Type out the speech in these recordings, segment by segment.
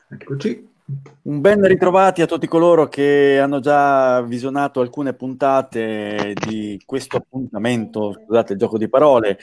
Eccoci. Un ben ritrovati a tutti coloro che hanno già visionato alcune puntate di questo appuntamento, scusate il gioco di parole,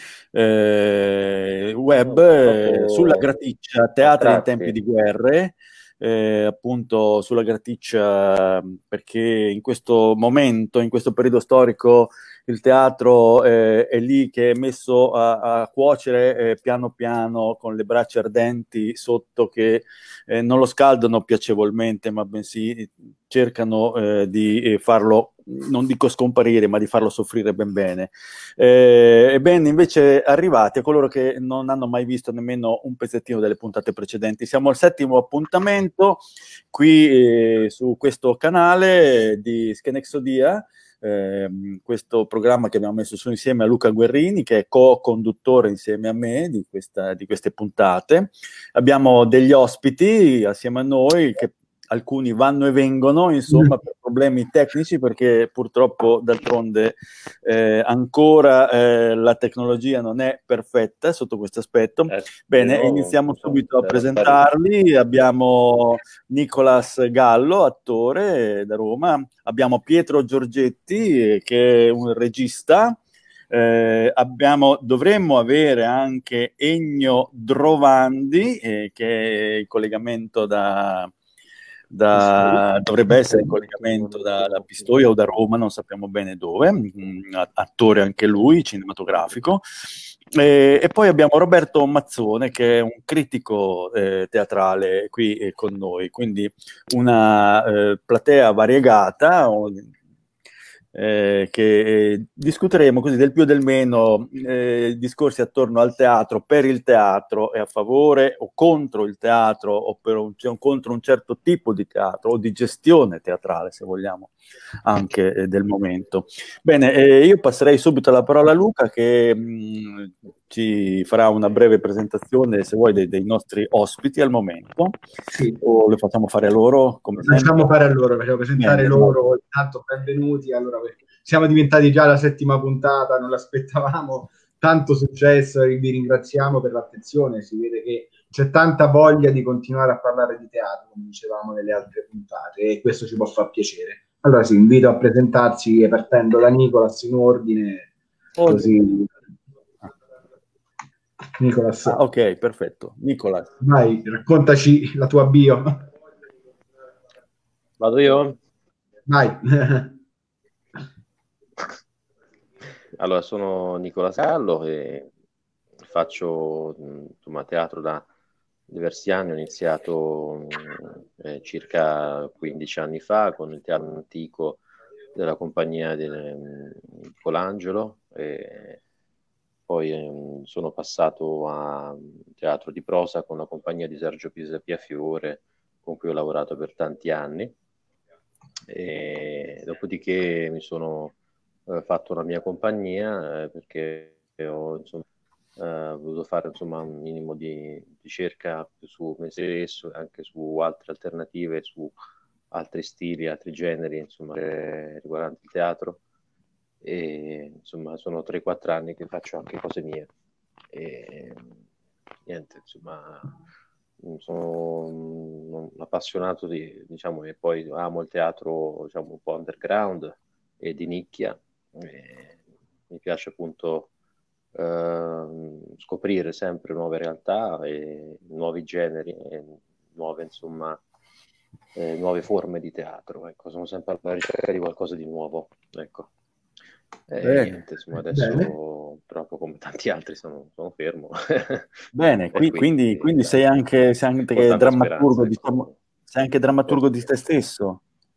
web, sulla graticcia Teatri in tempi di guerre, appunto sulla graticcia, perché in questo momento, in questo periodo storico, il teatro è lì che è messo a cuocere piano piano con le braccia ardenti sotto che non lo scaldano piacevolmente, ma bensì cercano di farlo, non dico scomparire, ma di farlo soffrire ben bene. Ebbene, invece arrivati a coloro che non hanno mai visto nemmeno un pezzettino delle puntate precedenti. Siamo al 7° appuntamento qui su questo canale di Skenexodia. Questo programma che abbiamo messo su insieme a Luca Guerrini, che è co-conduttore insieme a me di queste puntate. Abbiamo degli ospiti assieme a noi, che alcuni vanno e vengono, insomma, per problemi tecnici, perché purtroppo d'altronde ancora la tecnologia non è perfetta sotto questo aspetto. Bene, iniziamo subito a presentarli. Abbiamo Nicolas Gallo, attore da Roma. Abbiamo Pietro Giorgetti, che è un regista. Dovremmo avere anche Ennio Drovandi, che è in collegamento dovrebbe essere in collegamento da Pistoia o da Roma, non sappiamo bene dove, attore anche lui, cinematografico. E poi abbiamo Roberto Mazzone, che è un critico teatrale qui con noi, quindi una platea variegata, che discuteremo così del più e del meno, discorsi attorno al teatro, per il teatro e a favore o contro il teatro, o contro un certo tipo di teatro o di gestione teatrale, se vogliamo, anche del momento. Bene, io passerei subito la parola a Luca, che ci farà una breve presentazione, se vuoi, dei nostri ospiti al momento. Sì. O le facciamo fare a loro? Facciamo fare a loro, facciamo presentare loro. Intanto benvenuti. Allora, siamo diventati già la 7ª puntata, non l'aspettavamo, tanto successo e vi ringraziamo per l'attenzione. Si vede che c'è tanta voglia di continuare a parlare di teatro, come dicevamo nelle altre puntate, e questo ci può far piacere. Allora sì, invito a presentarsi partendo da Nicolas in ordine, così. Nicolas. Ok, perfetto. Nicolas. Vai, raccontaci la tua bio. Vado io? Vai. Allora, sono Nicolas Gallo e faccio teatro da diversi anni. Ho iniziato circa 15 anni fa con il teatro antico della compagnia di Colangelo, e poi sono passato a teatro di prosa con la compagnia di Sergio Piafiore, con cui ho lavorato per tanti anni. E dopodiché mi sono fatto la mia compagnia perché ho voluto fare un minimo di ricerca su me stesso, anche su altre alternative, su altri stili, altri generi, riguardanti il teatro. E sono 3-4 anni che faccio anche cose mie. E niente, sono un appassionato e poi amo il teatro un po' underground e di nicchia. Mi piace appunto scoprire sempre nuove realtà e nuovi generi e nuove forme di teatro. Ecco, sono sempre alla ricerca di qualcosa di nuovo. Ecco. Niente, adesso proprio come tanti altri sono fermo. Bene, quindi sei anche drammaturgo, diciamo, sei anche drammaturgo di te stesso?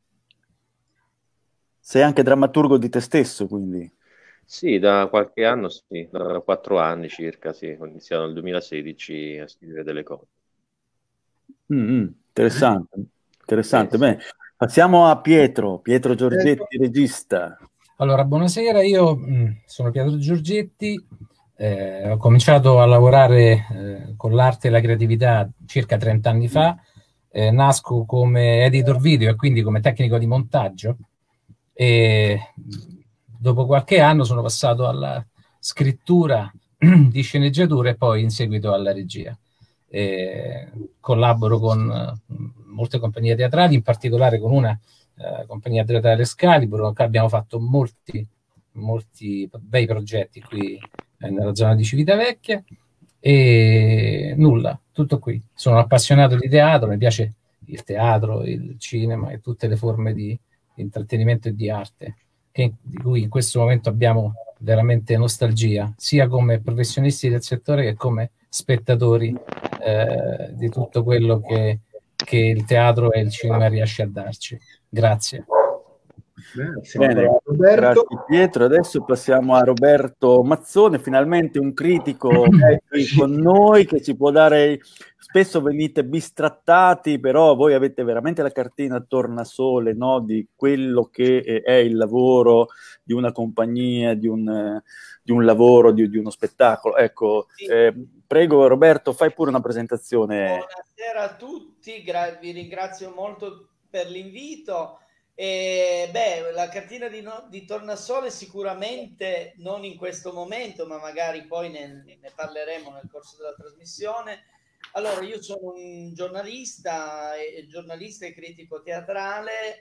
Sei anche drammaturgo di te stesso, quindi? Sì, da qualche anno, sì, da 4 anni circa, sì. Ho iniziato nel 2016 a scrivere delle cose. Interessante. Bene, passiamo a Pietro Giorgetti, regista. Allora, buonasera, io sono Pietro Giorgetti, ho cominciato a lavorare con l'arte e la creatività circa 30 anni fa, nasco come editor video e quindi come tecnico di montaggio, e dopo qualche anno sono passato alla scrittura di sceneggiature e poi in seguito alla regia. collaboro con molte compagnie teatrali, in particolare con una compagnia teatrale Excalibur, con cui abbiamo fatto molti bei progetti qui nella zona di Civitavecchia. E nulla, tutto qui. Sono appassionato di teatro, mi piace il teatro, il cinema e tutte le forme di intrattenimento e di arte, di cui in questo momento abbiamo veramente nostalgia, sia come professionisti del settore che come spettatori di tutto quello che il teatro e il cinema riesce a darci. Grazie. Bene, grazie Pietro. Adesso passiamo a Roberto Mazzone, finalmente un critico qui con noi che ci può dare. Spesso venite bistrattati, però voi avete veramente la cartina a tornasole, no? Di quello che è il lavoro di una compagnia, di un lavoro, di uno spettacolo. Ecco, sì. Prego Roberto, fai pure una presentazione. Buonasera a tutti, vi ringrazio molto per l'invito. La cartina di tornasole sicuramente non in questo momento, ma magari poi ne parleremo nel corso della trasmissione. Allora, io sono un giornalista e critico teatrale.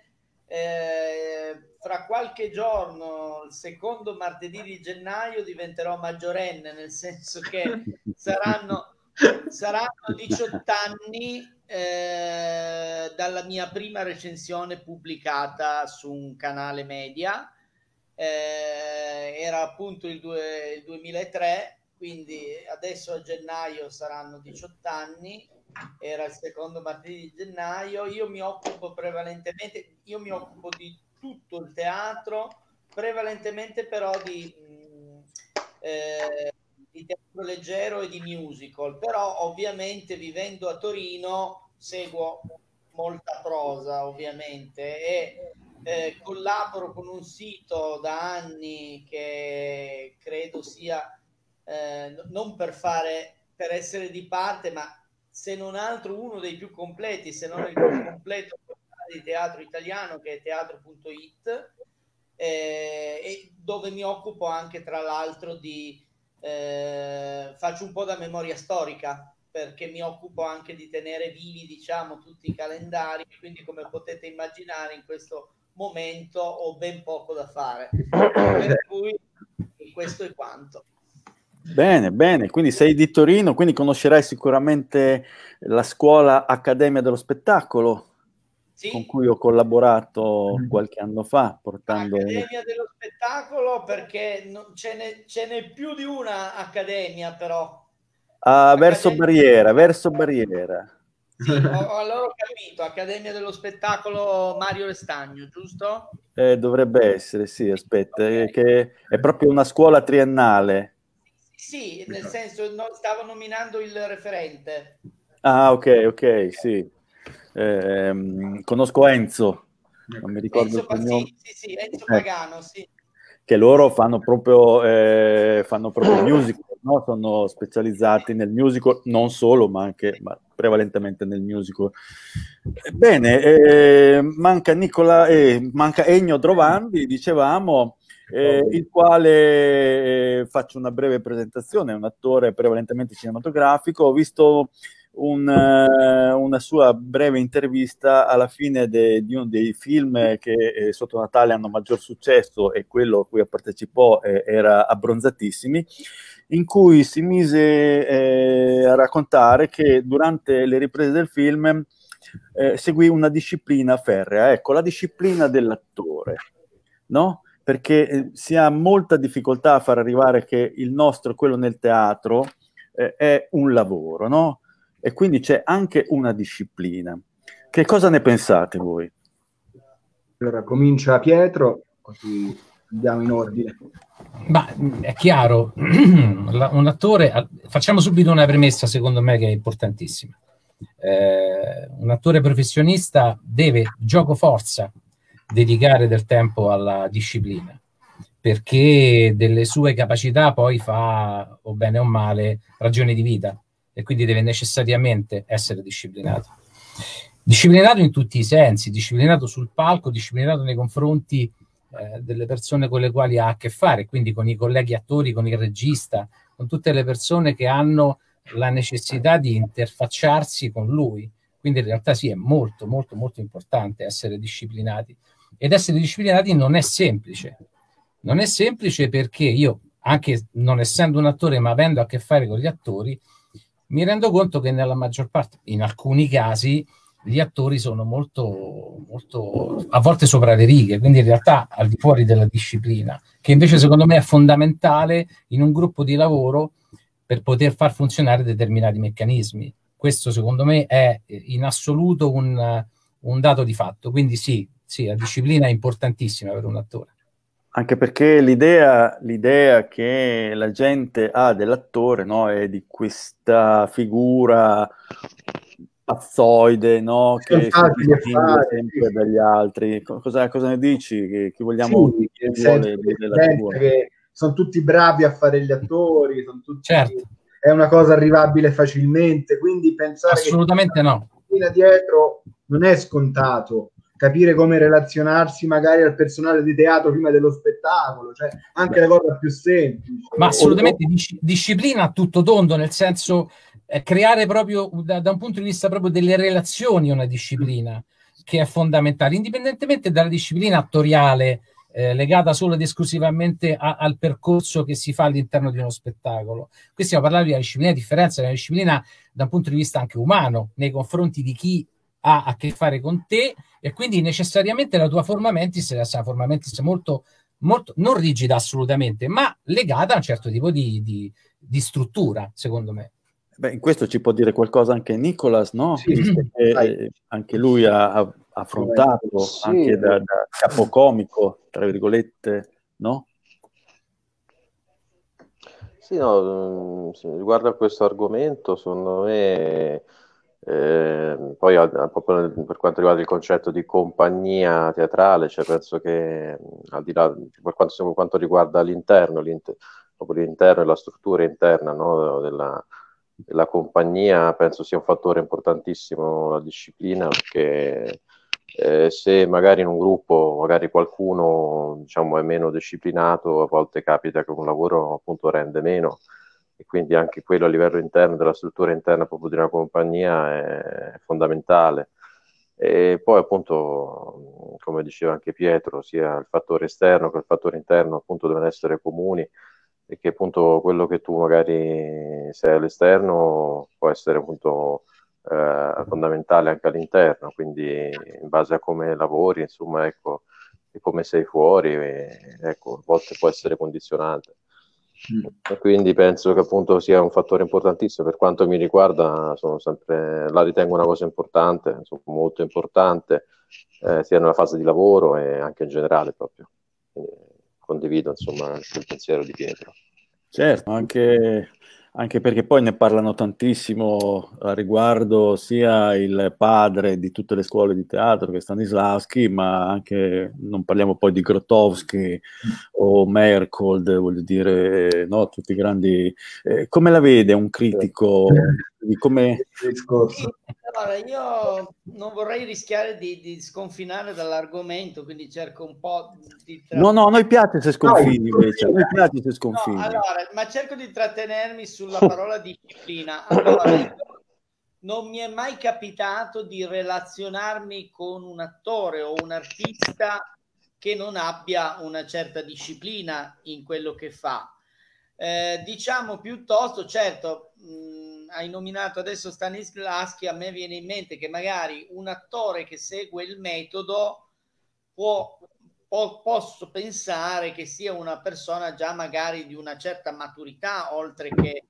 Fra qualche giorno, il secondo martedì di gennaio, diventerò maggiorenne, nel senso che saranno 18 anni dalla mia prima recensione pubblicata su un canale media. Era appunto il 2003, quindi adesso a gennaio saranno 18 anni. Era il secondo martedì di gennaio. Io mi occupo di tutto il teatro, prevalentemente però di teatro leggero e di musical, però ovviamente vivendo a Torino seguo molta prosa ovviamente e collaboro con un sito da anni che credo sia non per essere di parte, ma se non altro uno dei più completi, se non il più completo di teatro italiano, che è teatro.it, e dove mi occupo anche tra l'altro faccio un po' da memoria storica, perché mi occupo anche di tenere vivi, diciamo, tutti i calendari, quindi come potete immaginare in questo momento ho ben poco da fare, per cui questo è quanto. Bene, bene, quindi sei di Torino, quindi conoscerai sicuramente la scuola Accademia dello Spettacolo, sì, con cui ho collaborato qualche anno fa, portando... Accademia dello Spettacolo, perché ce n'è più di una accademia, però. Verso Barriera. Sì, allora ho capito, Accademia dello Spettacolo Mario Restagno, giusto? Dovrebbe essere, sì, aspetta, okay. Che è proprio una scuola triennale. Sì, nel senso, stavo nominando il referente. Ah, ok, sì. Conosco Enzo, non mi ricordo il cognome. Sì, Enzo Pagano, sì. Che loro fanno proprio musical, no? Sono specializzati nel musical, non solo, ma prevalentemente nel musical. Bene, manca Ennio Trovandi, dicevamo, il quale faccio una breve presentazione, è un attore prevalentemente cinematografico. Ho visto una sua breve intervista alla fine di uno dei film che sotto Natale hanno maggior successo, e quello a cui partecipò era Abbronzatissimi, in cui si mise a raccontare che durante le riprese del film seguì una disciplina ferrea, ecco, la disciplina dell'attore, no? Perché si ha molta difficoltà a far arrivare che il nostro, quello nel teatro, è un lavoro, no? E quindi c'è anche una disciplina. Che cosa ne pensate voi? Allora, comincia Pietro, così andiamo in ordine. Ma è chiaro, un attore, facciamo subito una premessa secondo me che è importantissima. Un attore professionista deve, gioco forza, dedicare del tempo alla disciplina, perché delle sue capacità poi fa, o bene o male, ragione di vita, e quindi deve necessariamente essere disciplinato. Disciplinato in tutti i sensi, disciplinato sul palco, disciplinato nei confronti delle persone con le quali ha a che fare, quindi con i colleghi attori, con il regista, con tutte le persone che hanno la necessità di interfacciarsi con lui. Quindi in realtà sì, è molto, molto, molto importante essere disciplinati. Ed essere disciplinati non è semplice. Non è semplice perché io, anche non essendo un attore, ma avendo a che fare con gli attori, mi rendo conto che nella maggior parte, in alcuni casi, gli attori sono molto, molto a volte sopra le righe, quindi in realtà al di fuori della disciplina, che invece secondo me è fondamentale in un gruppo di lavoro per poter far funzionare determinati meccanismi. Questo secondo me è in assoluto un dato di fatto, quindi sì, la disciplina è importantissima per un attore. Anche perché l'idea che la gente ha dell'attore, no, è di questa figura pazzoide, no, che si distingue sempre dagli altri. Cosa ne dici? Che vogliamo, sì, chi vuole dire la figura? Che sono tutti bravi a fare gli attori, sono tutti, certo, è una cosa arrivabile facilmente, quindi pensare assolutamente no. Dietro non è scontato. Capire come relazionarsi magari al personale di teatro prima dello spettacolo, cioè anche la cosa più semplice. Ma assolutamente disciplina a tutto tondo, nel senso creare proprio da un punto di vista proprio delle relazioni una disciplina che è fondamentale, indipendentemente dalla disciplina attoriale legata solo ed esclusivamente al percorso che si fa all'interno di uno spettacolo. Qui stiamo parlando di una disciplina di differenza, una disciplina da un punto di vista anche umano, nei confronti di chi ha a che fare con te, e quindi necessariamente la tua forma mentis deve essere una forma mentis molto, molto non rigida assolutamente, ma legata a un certo tipo di struttura, secondo me. Beh, in questo ci può dire qualcosa anche Nicolas, no? Sì, che anche lui ha affrontato anche da capocomico, tra virgolette, no? Sì, no, riguardo a questo argomento, secondo me, poi proprio per quanto riguarda il concetto di compagnia teatrale, cioè penso che al di là, per quanto riguarda l'interno, proprio l'interno e la struttura interna, no, della compagnia, penso sia un fattore importantissimo la disciplina, perché se magari in un gruppo magari qualcuno, diciamo, è meno disciplinato, a volte capita che un lavoro appunto rende meno, e quindi anche quello a livello interno, della struttura interna proprio di una compagnia è fondamentale. E poi appunto, come diceva anche Pietro, sia il fattore esterno che il fattore interno appunto devono essere comuni, e che appunto quello che tu magari sei all'esterno può essere appunto fondamentale anche all'interno, quindi in base a come lavori, insomma, ecco, e come sei fuori, ecco, a volte può essere condizionante. E quindi penso che appunto sia un fattore importantissimo. Per quanto mi riguarda, la ritengo una cosa importante, insomma, molto importante, sia nella fase di lavoro e anche in generale proprio. Quindi condivido insomma il pensiero di Pietro. Certo, anche perché poi ne parlano tantissimo a riguardo sia il padre di tutte le scuole di teatro che è Stanislavski, ma anche non parliamo poi di Grotowski o Meyerhold, voglio dire, no, tutti i grandi. Come la vede un critico di come... Sì, allora, io non vorrei rischiare di sconfinare dall'argomento, quindi cerco un po' di... No, a noi piace se sconfini invece, a noi piace se sconfini. No, allora, ma cerco di trattenermi sulla parola disciplina. Allora, non mi è mai capitato di relazionarmi con un attore o un artista che non abbia una certa disciplina in quello che fa. Diciamo piuttosto, certo, hai nominato adesso Stanislavski, a me viene in mente che magari un attore che segue il metodo posso pensare che sia una persona già magari di una certa maturità, oltre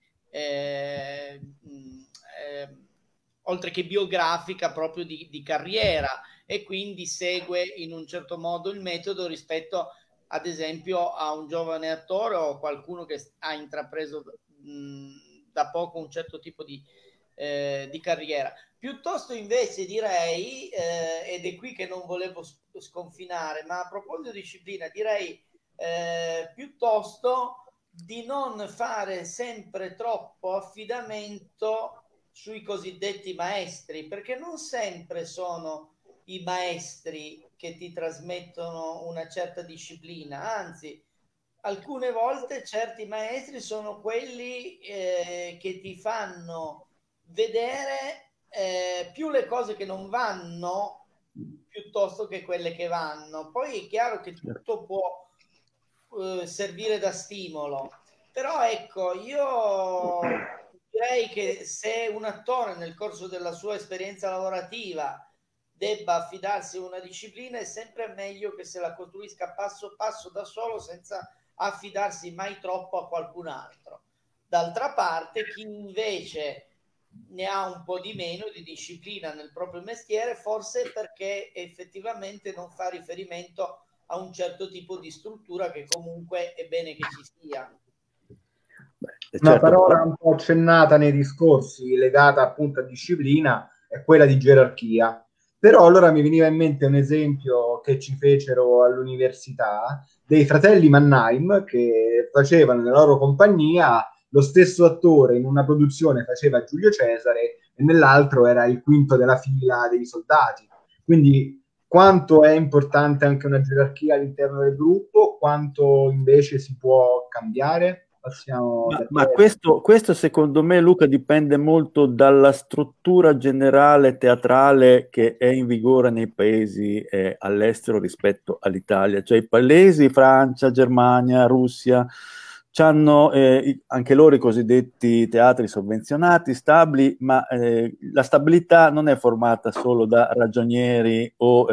che biografica, proprio di carriera, e quindi segue in un certo modo il metodo rispetto ad esempio a un giovane attore o qualcuno che ha intrapreso da poco un certo tipo di carriera. Piuttosto invece direi, ed è qui che non volevo sconfinare, ma a proposito di disciplina direi piuttosto di non fare sempre troppo affidamento sui cosiddetti maestri, perché non sempre sono i maestri che ti trasmettono una certa disciplina, anzi alcune volte certi maestri sono quelli che ti fanno vedere più le cose che non vanno piuttosto che quelle che vanno. Poi è chiaro che tutto può servire da stimolo, però ecco, io direi che se un attore nel corso della sua esperienza lavorativa debba affidarsi a una disciplina, è sempre meglio che se la costruisca passo passo da solo, senza affidarsi mai troppo a qualcun altro. D'altra parte, chi invece ne ha un po' di meno di disciplina nel proprio mestiere, forse perché effettivamente non fa riferimento a un certo tipo di struttura che comunque è bene che ci sia. Una parola un po' accennata nei discorsi legata appunto a disciplina è quella di gerarchia. Però allora mi veniva in mente un esempio che ci fecero all'università dei fratelli Mannheim, che facevano nella loro compagnia lo stesso attore in una produzione faceva Giulio Cesare e nell'altro era il quinto della fila dei soldati. Quindi quanto è importante anche una gerarchia all'interno del gruppo, quanto invece si può cambiare? Ma questo secondo me, Luca, dipende molto dalla struttura generale teatrale che è in vigore nei paesi all'estero rispetto all'Italia. Cioè i paesi, Francia, Germania, Russia, hanno anche loro i cosiddetti teatri sovvenzionati, stabili, ma la stabilità non è formata solo da ragionieri o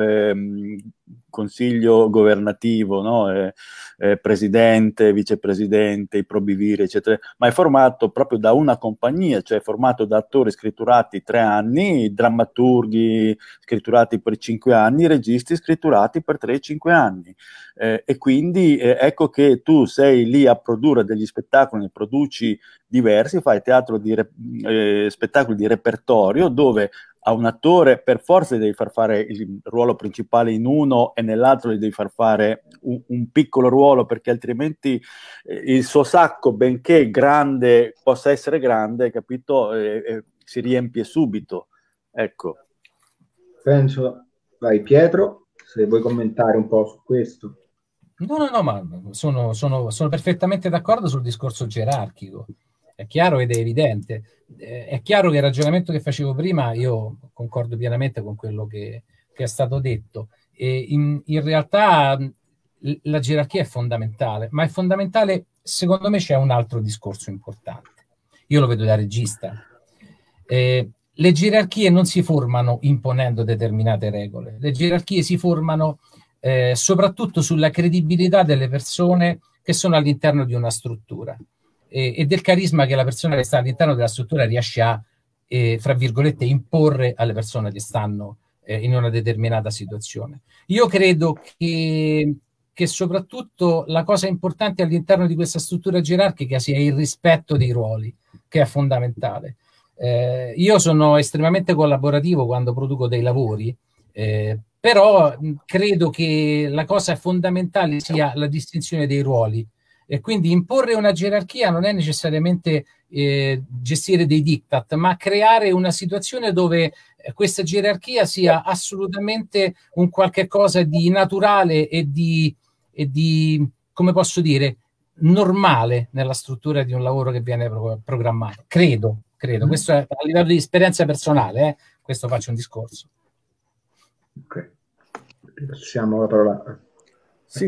consiglio governativo, no? Presidente, vicepresidente, i probiviri, eccetera, ma è formato proprio da una compagnia, cioè formato da attori scritturati 3 anni, drammaturghi scritturati per 5 anni, registi scritturati per 3-5 anni. E quindi ecco che tu sei lì a produrre degli spettacoli, ne produci diversi, fai teatro di spettacoli di repertorio dove a un attore per forza devi far fare il ruolo principale in uno e nell'altro gli devi far fare un piccolo ruolo, perché altrimenti il suo sacco, benché grande, possa essere grande, capito? Si riempie subito. Ecco. Penso, vai Pietro, se vuoi commentare un po' su questo. No, ma sono perfettamente d'accordo sul discorso gerarchico. È chiaro ed è evidente. È chiaro che il ragionamento che facevo prima, io concordo pienamente con quello che è stato detto. E in realtà la gerarchia è fondamentale, ma è fondamentale, secondo me c'è un altro discorso importante. Io lo vedo da regista. Le gerarchie non si formano imponendo determinate regole, le gerarchie si formano soprattutto sulla credibilità delle persone che sono all'interno di una struttura e del carisma che la persona che sta all'interno della struttura riesce a, fra virgolette, imporre alle persone che stanno in una determinata situazione. Io credo che soprattutto la cosa importante all'interno di questa struttura gerarchica sia il rispetto dei ruoli, che è fondamentale. Io sono estremamente collaborativo quando produco dei lavori, però credo che la cosa fondamentale sia la distinzione dei ruoli, e quindi imporre una gerarchia non è necessariamente gestire dei diktat, ma creare una situazione dove questa gerarchia sia assolutamente un qualche cosa di naturale e di come posso dire, normale nella struttura di un lavoro che viene programmato. Credo. Questo è a livello di esperienza personale, questo faccio un discorso. Ok, passiamo la parola. Sì,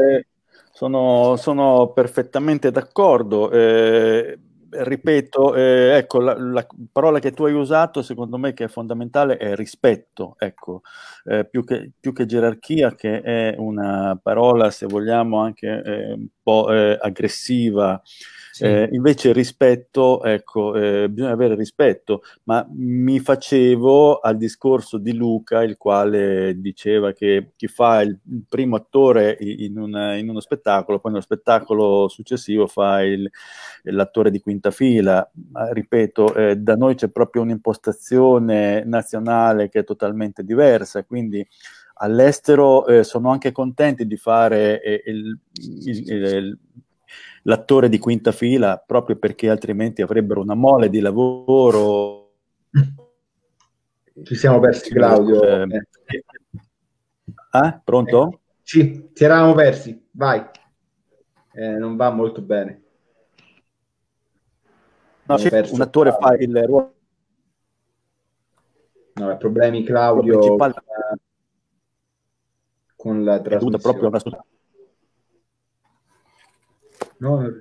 sono perfettamente d'accordo. Ripeto, ecco, la parola che tu hai usato, secondo me, che è fondamentale, è rispetto, ecco, più che gerarchia, che è una parola, se vogliamo, anche un po' aggressiva. Sì. Invece rispetto, ecco, bisogna avere rispetto, ma mi facevo al discorso di Luca, il quale diceva che chi fa il primo attore in uno spettacolo, poi nello spettacolo successivo fa l'attore di quinta fila. Ripeto, da noi c'è proprio un'impostazione nazionale che è totalmente diversa, quindi all'estero sono anche contenti di fare l'attore di quinta fila, proprio perché altrimenti avrebbero una mole di lavoro. Ci siamo persi, Claudio. Pronto? Sì, ci eravamo persi, vai. non va molto bene. No, un attore fa il ruolo. No, problemi Claudio con la trasmissione. Proprio una... No.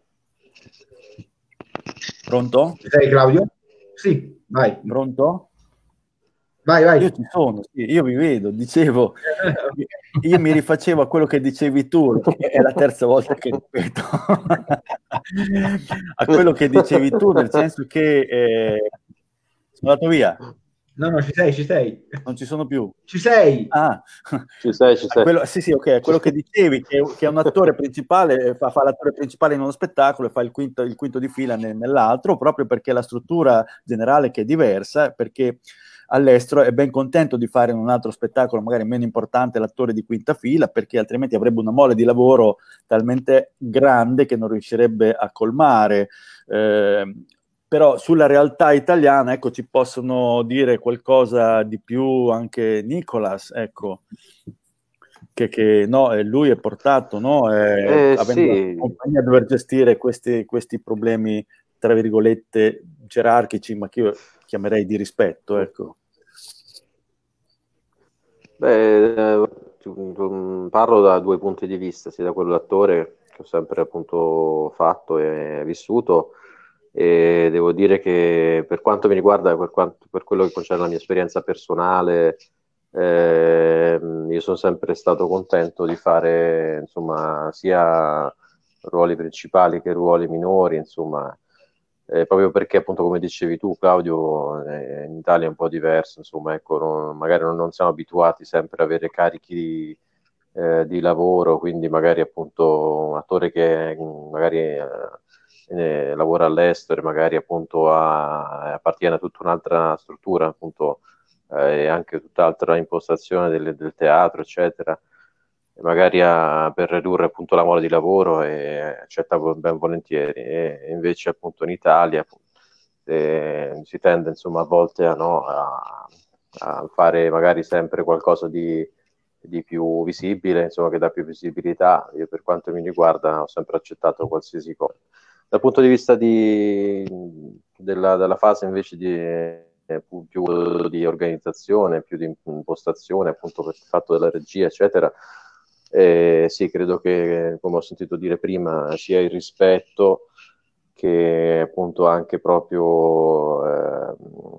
Pronto? Ci sei, Claudio? Sì, vai. Pronto? Vai. Io ci sono, sì, io vi vedo, dicevo, io mi rifacevo a quello che dicevi tu, è la terza volta che ripeto, a quello che dicevi tu, nel senso che sono andato via. No, ci sei. Non ci sono più. Ci sei. Ah, ci sei. Sì, ok, quello che dicevi, che è un attore principale, fa l'attore principale in uno spettacolo e fa il quinto di fila nell'altro, proprio perché la struttura generale che è diversa, perché all'estero è ben contento di fare in un altro spettacolo magari meno importante l'attore di quinta fila, perché altrimenti avrebbe una mole di lavoro talmente grande che non riuscirebbe a colmare. Però sulla realtà italiana, ecco, ci possono dire qualcosa di più anche Nicolas, ecco, che no, lui è portato, no, avendo la compagnia a dover gestire questi problemi, tra virgolette, gerarchici, ma che io chiamerei di rispetto, ecco. Beh, parlo da due punti di vista, sia da quello d'attore che ho sempre appunto fatto e vissuto, e devo dire che per quanto mi riguarda, per quello che concerne la mia esperienza personale, io sono sempre stato contento di fare, insomma, sia ruoli principali che ruoli minori, insomma, proprio perché appunto, come dicevi tu, Claudio, in Italia è un po' diverso, insomma, ecco, magari non siamo abituati sempre ad avere carichi di lavoro, quindi magari appunto un attore che magari lavora all'estero, magari appunto appartiene a tutta un'altra struttura, appunto, e anche tutt'altra impostazione del teatro, eccetera, e magari per ridurre appunto la mole di lavoro, e accetta ben volentieri, e invece appunto in Italia si tende insomma a volte a fare magari sempre qualcosa di più visibile, insomma, che dà più visibilità. Io, per quanto mi riguarda, ho sempre accettato qualsiasi cosa. Dal punto di vista della fase invece più di organizzazione, più di impostazione, appunto per il fatto della regia, eccetera, sì, credo che, come ho sentito dire prima, sia il rispetto che appunto anche proprio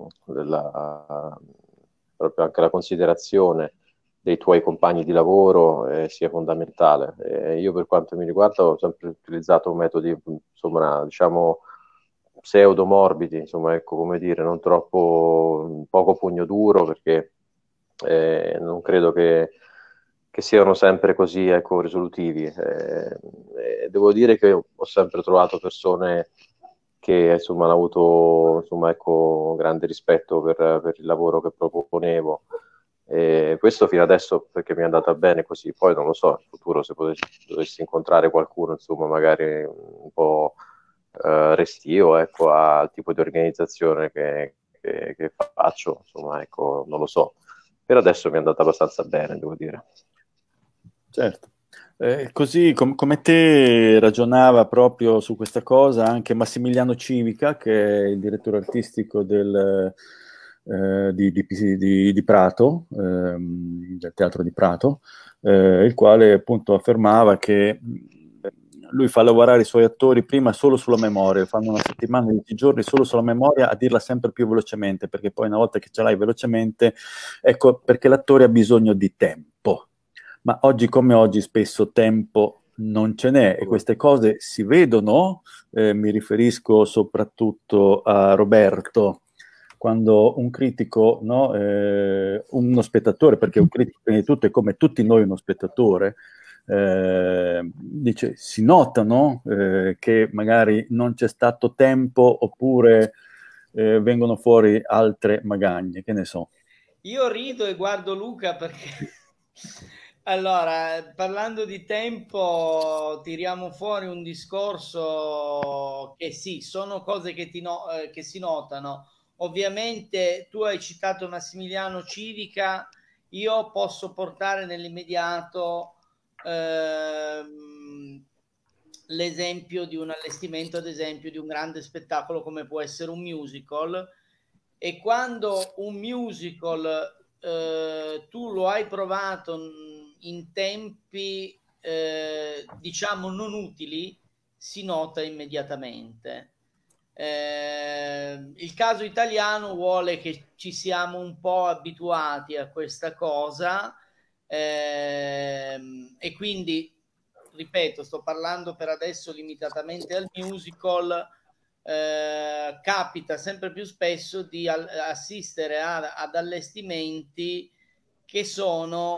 proprio anche la considerazione dei tuoi compagni di lavoro sia fondamentale. Io, per quanto mi riguarda, ho sempre utilizzato metodi, insomma, diciamo, pseudo-morbidi, insomma, ecco, come dire, non troppo, poco pugno duro, perché non credo che siano sempre così, ecco, risolutivi. Devo dire che ho sempre trovato persone che insomma hanno avuto, insomma, ecco, grande rispetto per il lavoro che proponevo. Questo fino adesso perché mi è andata bene così. Poi non lo so, in futuro, se dovessi incontrare qualcuno, insomma, magari un po' restio, ecco, al tipo di organizzazione che faccio, insomma, ecco, non lo so. Per adesso mi è andata abbastanza bene, devo dire. Certo. Così come te ragionava proprio su questa cosa anche Massimiliano Civica, che è il direttore artistico di Prato, del teatro di Prato, il quale appunto affermava che lui fa lavorare i suoi attori prima solo sulla memoria, fanno una settimana, 10 giorni solo sulla memoria, a dirla sempre più velocemente, perché poi una volta che ce l'hai velocemente, ecco, perché l'attore ha bisogno di tempo. Ma oggi come oggi spesso tempo non ce n'è, e queste cose si vedono, mi riferisco soprattutto a Roberto, quando un critico, no, uno spettatore, perché un critico prima di tutto è come tutti noi uno spettatore, dice, si notano che magari non c'è stato tempo, oppure vengono fuori altre magagne, che ne so. Io rido e guardo Luca perché allora, parlando di tempo, tiriamo fuori un discorso che sì, sono cose che si notano. Ovviamente tu hai citato Massimiliano Civica, io posso portare nell'immediato l'esempio di un allestimento, ad esempio, di un grande spettacolo come può essere un musical, e quando un musical tu lo hai provato in tempi diciamo non utili, si nota immediatamente. Il caso italiano vuole che ci siamo un po' abituati a questa cosa, e quindi, ripeto, sto parlando per adesso limitatamente al musical. Capita sempre più spesso di assistere ad allestimenti che sono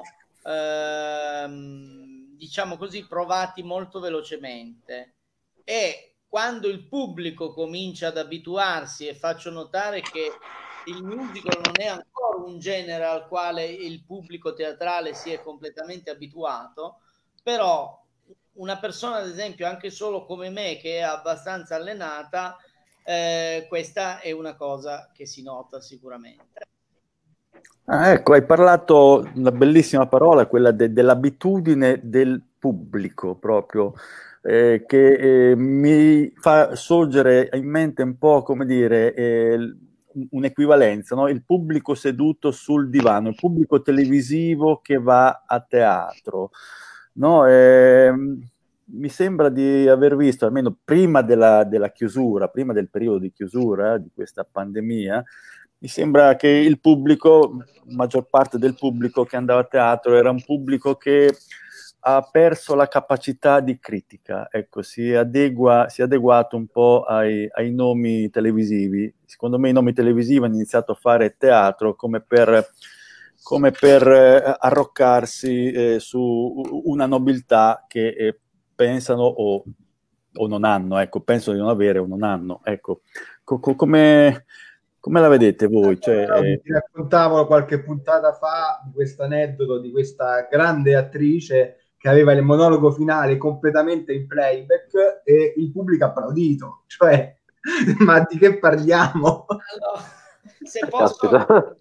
diciamo così provati molto velocemente, e quando il pubblico comincia ad abituarsi, e faccio notare che il musical non è ancora un genere al quale il pubblico teatrale si è completamente abituato, però una persona, ad esempio, anche solo come me, che è abbastanza allenata, questa è una cosa che si nota sicuramente. Ecco, hai parlato una bellissima parola, quella dell'abitudine del pubblico proprio, che mi fa sorgere in mente un po', come dire, un'equivalenza, no? Il pubblico seduto sul divano, il pubblico televisivo che va a teatro, no? Mi sembra di aver visto, almeno prima della chiusura, prima del periodo di chiusura di questa pandemia, mi sembra che il pubblico, maggior parte del pubblico che andava a teatro, era un pubblico che ha perso la capacità di critica, ecco, si è adeguato un po' ai nomi televisivi. Secondo me i nomi televisivi hanno iniziato a fare teatro come per arroccarsi su una nobiltà che pensano o non hanno, ecco, pensano di non avere o non hanno, ecco. Come la vedete voi? Ti raccontavo qualche puntata fa di questo aneddoto di questa grande attrice che aveva il monologo finale completamente in playback e il pubblico ha applaudito, cioè, ma di che parliamo? Allora, se posso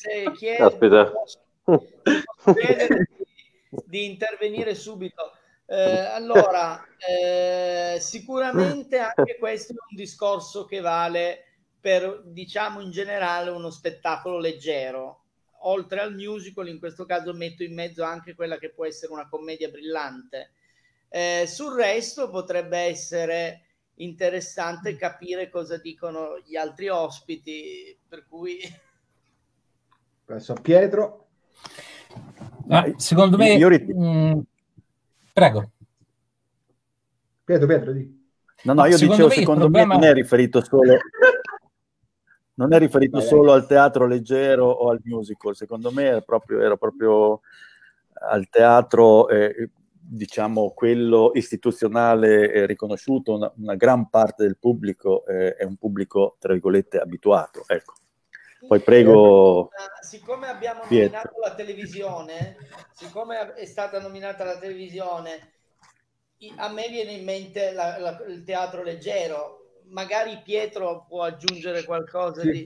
chiedere di intervenire subito. Allora, sicuramente anche questo è un discorso che vale per, diciamo, in generale uno spettacolo leggero. Oltre al musical, in questo caso metto in mezzo anche quella che può essere una commedia brillante. Sul resto potrebbe essere interessante capire cosa dicono gli altri ospiti, per cui... Passo a Pietro. Secondo me... prego. Pietro, di. No, io dicevo, secondo me non è riferito solo... Non è riferito solo al teatro leggero o al musical, secondo me era proprio al teatro, diciamo, quello istituzionale riconosciuto. Una gran parte del pubblico è un pubblico, tra virgolette, abituato. Ecco. Poi prego. Siccome abbiamo nominato la televisione, siccome è stata nominata la televisione, a me viene in mente il teatro leggero. Magari Pietro può aggiungere qualcosa di...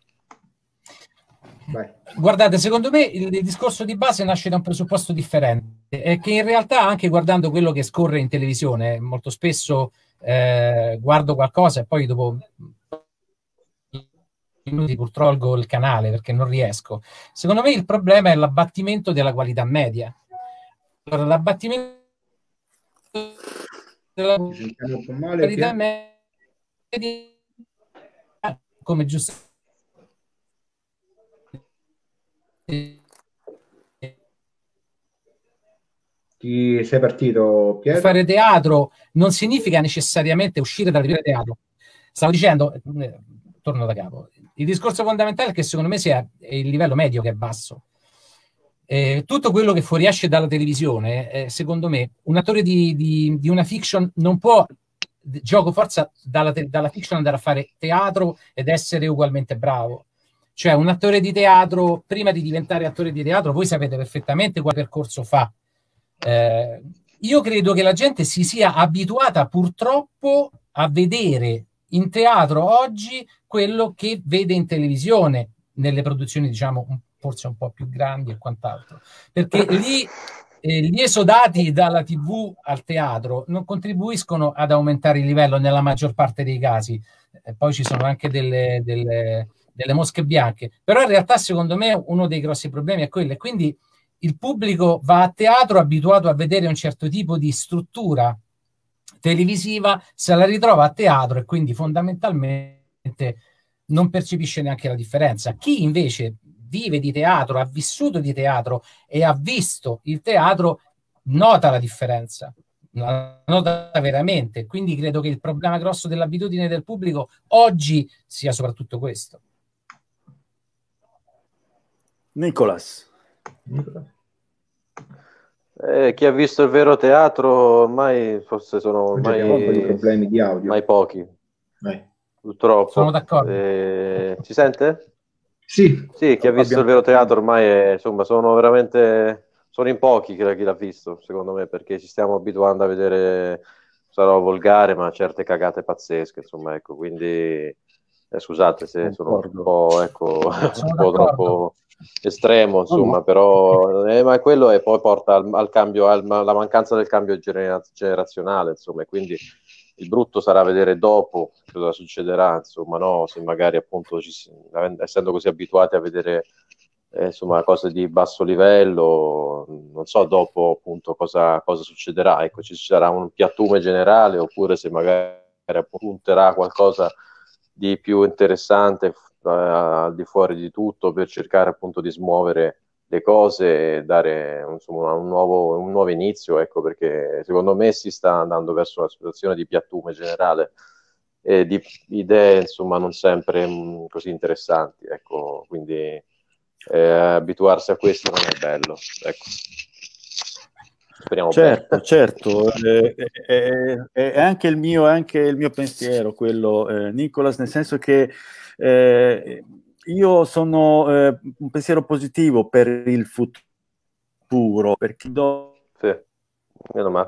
Guardate, secondo me il discorso di base nasce da un presupposto differente, è che in realtà, anche guardando quello che scorre in televisione, molto spesso guardo qualcosa e poi dopo minuti purtroppo tolgo il canale perché non riesco. Secondo me il problema è l'abbattimento della qualità media. Allora, l'abbattimento della qualità media, come giusto Ti sei partito, Pietro? Fare teatro non significa necessariamente uscire dal teatro. Stavo dicendo, torno da capo, il discorso fondamentale è che secondo me sia il livello medio che è basso. Tutto quello che fuoriesce dalla televisione, secondo me un attore di una fiction non può, gioco forza, dalla fiction andare a fare teatro ed essere ugualmente bravo. Cioè, un attore di teatro, prima di diventare attore di teatro, voi sapete perfettamente quale percorso fa. Io credo che la gente si sia abituata purtroppo a vedere in teatro oggi quello che vede in televisione, nelle produzioni, diciamo, forse un po' più grandi e quant'altro, perché lì gli esodati dalla TV al teatro non contribuiscono ad aumentare il livello nella maggior parte dei casi. Poi ci sono anche delle mosche bianche, però in realtà secondo me uno dei grossi problemi è quello, e quindi il pubblico va a teatro abituato a vedere un certo tipo di struttura televisiva, se la ritrova a teatro e quindi fondamentalmente non percepisce neanche la differenza. Chi invece vive di teatro, ha vissuto di teatro e ha visto il teatro, nota la differenza, la nota veramente. Quindi credo che il problema grosso dell'abitudine del pubblico oggi sia soprattutto questo. Nicolas. Chi ha visto il vero teatro ormai forse sono ormai problemi di audio. ormai pochi, purtroppo. Sono d'accordo. Ci sente? Sì, chi ha visto il vero teatro ormai insomma sono in pochi chi l'ha visto, secondo me, perché ci stiamo abituando a vedere, sarò volgare, ma certe cagate pazzesche, insomma, ecco, quindi scusate se sono un po', un po' troppo estremo, insomma, però ma quello e poi porta al cambio, alla mancanza del cambio generazionale, insomma, e quindi il brutto sarà vedere dopo cosa succederà, insomma, no? Se magari appunto essendo così abituati a vedere insomma cose di basso livello, non so dopo appunto cosa succederà, ecco, ci sarà un piattume generale oppure se magari punterà a qualcosa di più interessante al di fuori di tutto per cercare appunto di smuovere le cose e dare insomma un nuovo inizio, ecco, perché secondo me si sta andando verso una situazione di piattume generale e di idee insomma non sempre così interessanti, ecco, quindi abituarsi a questo non è bello, ecco. Speriamo certo, bene. certo, è anche il mio pensiero quello, Nicolas, nel senso che io sono un pensiero positivo per il futuro, perché sì, meno male.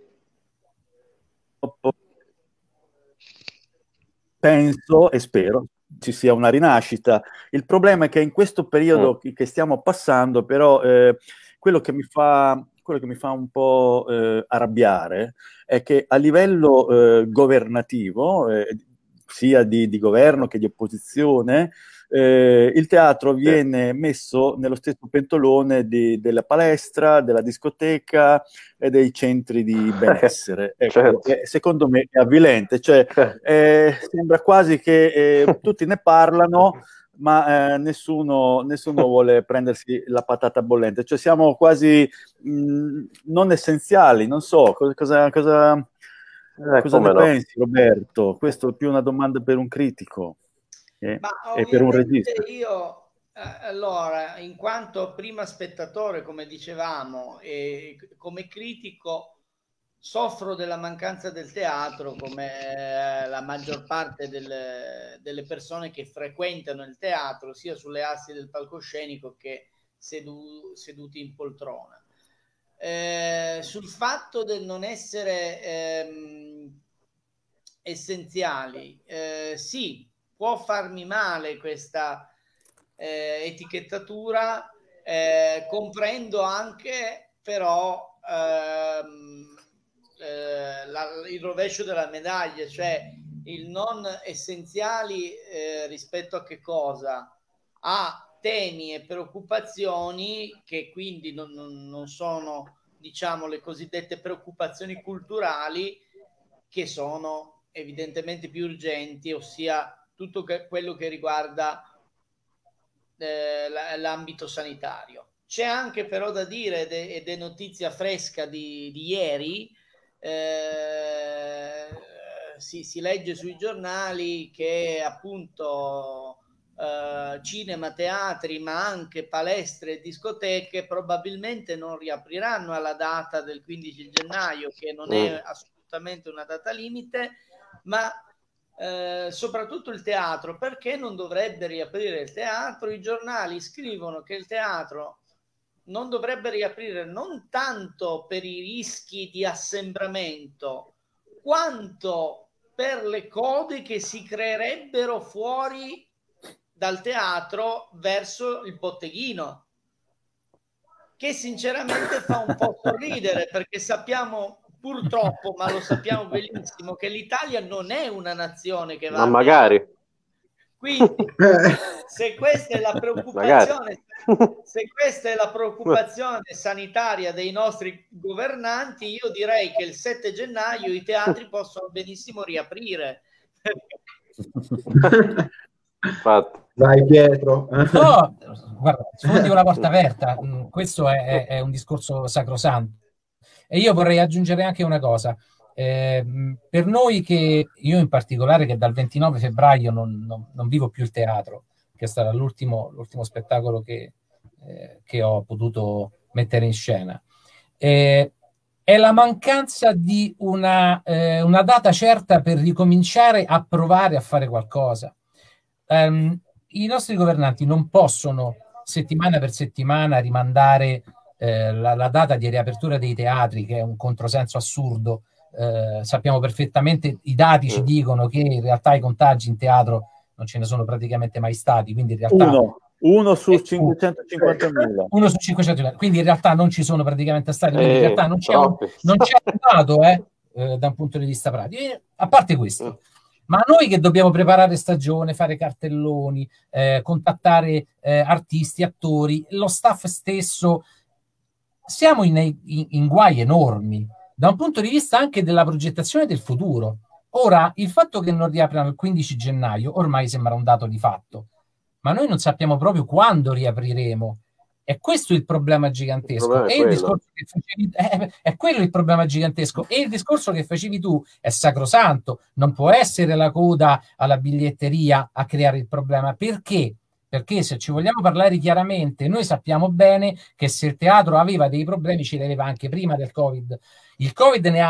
Penso e spero ci sia una rinascita. Il problema è che in questo periodo che stiamo passando, però, quello che mi fa un po' arrabbiare è che a livello governativo, sia di governo che di opposizione, il teatro viene messo nello stesso pentolone della palestra, della discoteca e dei centri di benessere. Ecco, secondo me è avvilente, cioè sembra quasi che tutti ne parlano, ma nessuno vuole prendersi la patata bollente, cioè siamo quasi non essenziali, non so cosa ne pensi, Roberto? Questo è più una domanda per un critico e per un regista. Io allora, in quanto prima spettatore, come dicevamo, e come critico, soffro della mancanza del teatro come la maggior parte delle persone che frequentano il teatro, sia sulle assi del palcoscenico che seduti in poltrona. Sul fatto del non essere essenziali, sì, può farmi male questa etichettatura, comprendo anche però il rovescio della medaglia, cioè il non essenziali rispetto a che cosa? A temi e preoccupazioni che quindi non sono, diciamo, le cosiddette preoccupazioni culturali, che sono evidentemente più urgenti, ossia tutto quello che riguarda l'ambito sanitario. C'è anche però da dire, ed è notizia fresca di ieri, si legge sui giornali che appunto cinema, teatri, ma anche palestre e discoteche probabilmente non riapriranno alla data del 15 gennaio, che non è assolutamente una data limite, ma soprattutto il teatro. Perché non dovrebbe riaprire il teatro? I giornali scrivono che il teatro non dovrebbe riaprire non tanto per i rischi di assembramento, quanto per le code che si creerebbero fuori dal teatro verso il botteghino, che sinceramente fa un po' sorridere, perché sappiamo purtroppo, ma lo sappiamo benissimo, che l'Italia non è una nazione che va ma magari. Quindi, se questa è la preoccupazione, se questa è la preoccupazione sanitaria dei nostri governanti, io direi che il 7 gennaio i teatri possono benissimo riaprire. Vai Pietro. No, guarda, sfondi una porta aperta, questo è un discorso sacrosanto. E io vorrei aggiungere anche una cosa. Per noi, che io in particolare, che dal 29 febbraio non vivo più il teatro, che è stato l'ultimo spettacolo che ho potuto mettere in scena, è la mancanza di una data certa per ricominciare a provare a fare qualcosa. I nostri governanti non possono settimana per settimana rimandare la data di riapertura dei teatri, che è un controsenso assurdo. Sappiamo perfettamente, i dati ci dicono che in realtà i contagi in teatro non ce ne sono praticamente mai stati, quindi in realtà uno su 550.000. Uno su 500.000, quindi in realtà non ci sono praticamente stati, quindi in realtà non c'è un dato da un punto di vista pratico, a parte questo. Ma noi che dobbiamo preparare stagione, fare cartelloni, contattare artisti, attori, lo staff stesso, siamo in guai enormi da un punto di vista anche della progettazione del futuro. Ora, il fatto che non riaprano il 15 gennaio ormai sembra un dato di fatto, ma noi non sappiamo proprio quando riapriremo. E questo è il problema gigantesco. È quello il problema gigantesco. E il discorso che facevi tu è sacrosanto. Non può essere la coda alla biglietteria a creare il problema. Perché? Perché se ci vogliamo parlare chiaramente, noi sappiamo bene che se il teatro aveva dei problemi ce li aveva anche prima del Covid. Il Covid ne ha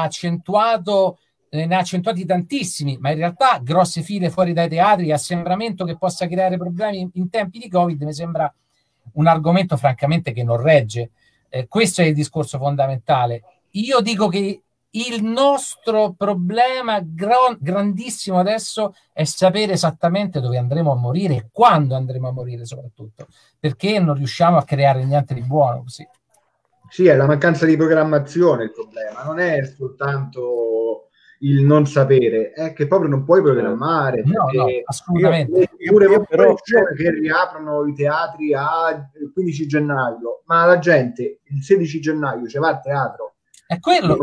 accentuati tantissimi, ma in realtà grosse file fuori dai teatri, assembramento che possa creare problemi in tempi di Covid, mi sembra un argomento francamente che non regge. Questo è il discorso fondamentale. Io dico che il nostro problema grandissimo adesso è sapere esattamente dove andremo a morire e quando andremo a morire, soprattutto perché non riusciamo a creare niente di buono così. Sì, è la mancanza di programmazione il problema, non è soltanto il non sapere, è che proprio non puoi programmare. No, assolutamente. Io però che riaprono i teatri il 15 gennaio, ma la gente il 16 gennaio ci va al teatro. È quello,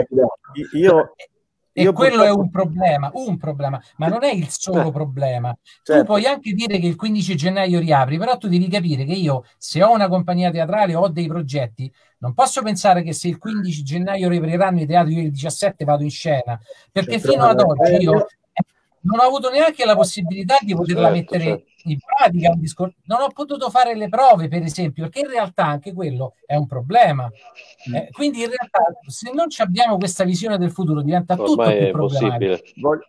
quello è un problema, ma non è il solo problema. Tu puoi anche dire che il 15 gennaio riapri, però tu devi capire che io, se ho una compagnia teatrale o ho dei progetti, non posso pensare che se il 15 gennaio riapriranno i teatri, io il 17 vado in scena, perché fino ad oggi io non ho avuto neanche la possibilità di poterla mettere in pratica. Non ho potuto fare le prove, per esempio, perché in realtà anche quello è un problema. Quindi in realtà, se non abbiamo questa visione del futuro, diventa tutto più problematico.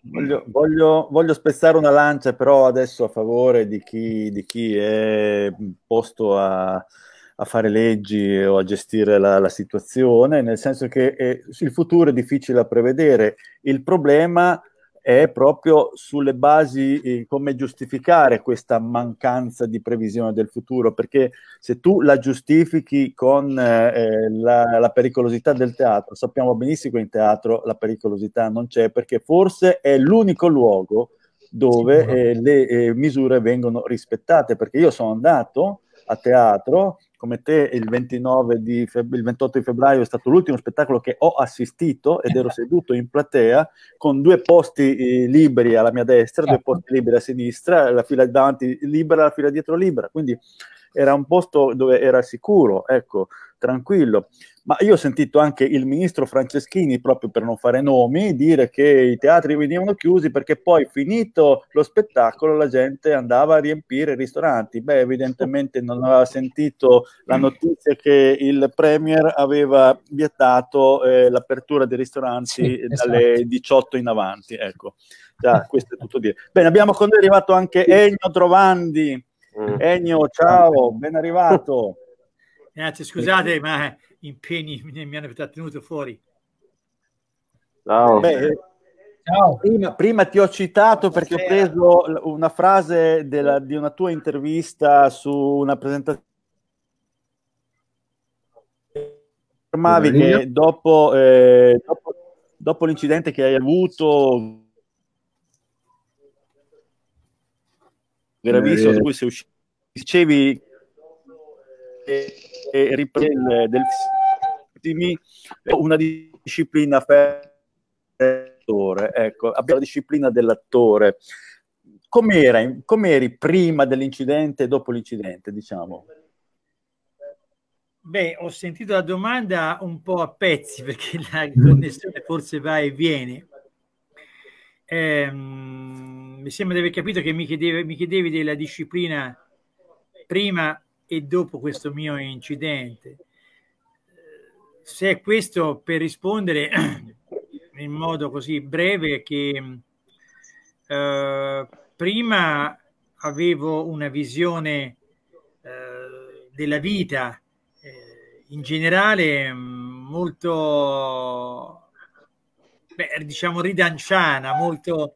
Voglio spezzare una lancia però adesso a favore di chi è posto a fare leggi o a gestire la situazione, nel senso che il futuro è difficile da prevedere. Il problema è proprio sulle basi, come giustificare questa mancanza di previsione del futuro, perché se tu la giustifichi con la pericolosità del teatro, sappiamo benissimo che in teatro la pericolosità non c'è, perché forse è l'unico luogo dove le misure vengono rispettate, perché io sono andato a teatro come te il 28 di febbraio è stato l'ultimo spettacolo che ho assistito ed ero seduto in platea con 2 posti liberi alla mia destra, 2 posti liberi a sinistra, la fila davanti libera, la fila dietro libera, quindi era un posto dove era sicuro, ecco, tranquillo. Ma io ho sentito anche il ministro Franceschini, proprio per non fare nomi, dire che i teatri venivano chiusi perché poi, finito lo spettacolo, la gente andava a riempire i ristoranti. Beh, evidentemente non aveva sentito la notizia che il Premier aveva vietato l'apertura dei ristoranti dalle 18 in avanti. Ecco, già, questo è tutto dire. Bene, abbiamo con noi arrivato anche Ennio Trovandi. Ennio, ciao, ben arrivato. Grazie, scusate, ma impegni mi hanno tenuto fuori. Ciao. Beh, ciao. Prima ti ho citato perché ho preso una frase di una tua intervista su una presentazione affermavi che dopo l'incidente che hai avuto, gravissimo, da cui sei uscito, dicevi del una disciplina l'attore. Ecco, abbiamo la disciplina dell'attore. Com'eri prima dell'incidente e dopo l'incidente, diciamo? Beh, ho sentito la domanda un po' a pezzi perché la connessione forse va e viene. Mi sembra di aver capito che mi chiedevi della disciplina prima e dopo questo mio incidente. Se è questo, per rispondere in modo così breve, che prima avevo una visione della vita in generale molto, diciamo, ridanciana, molto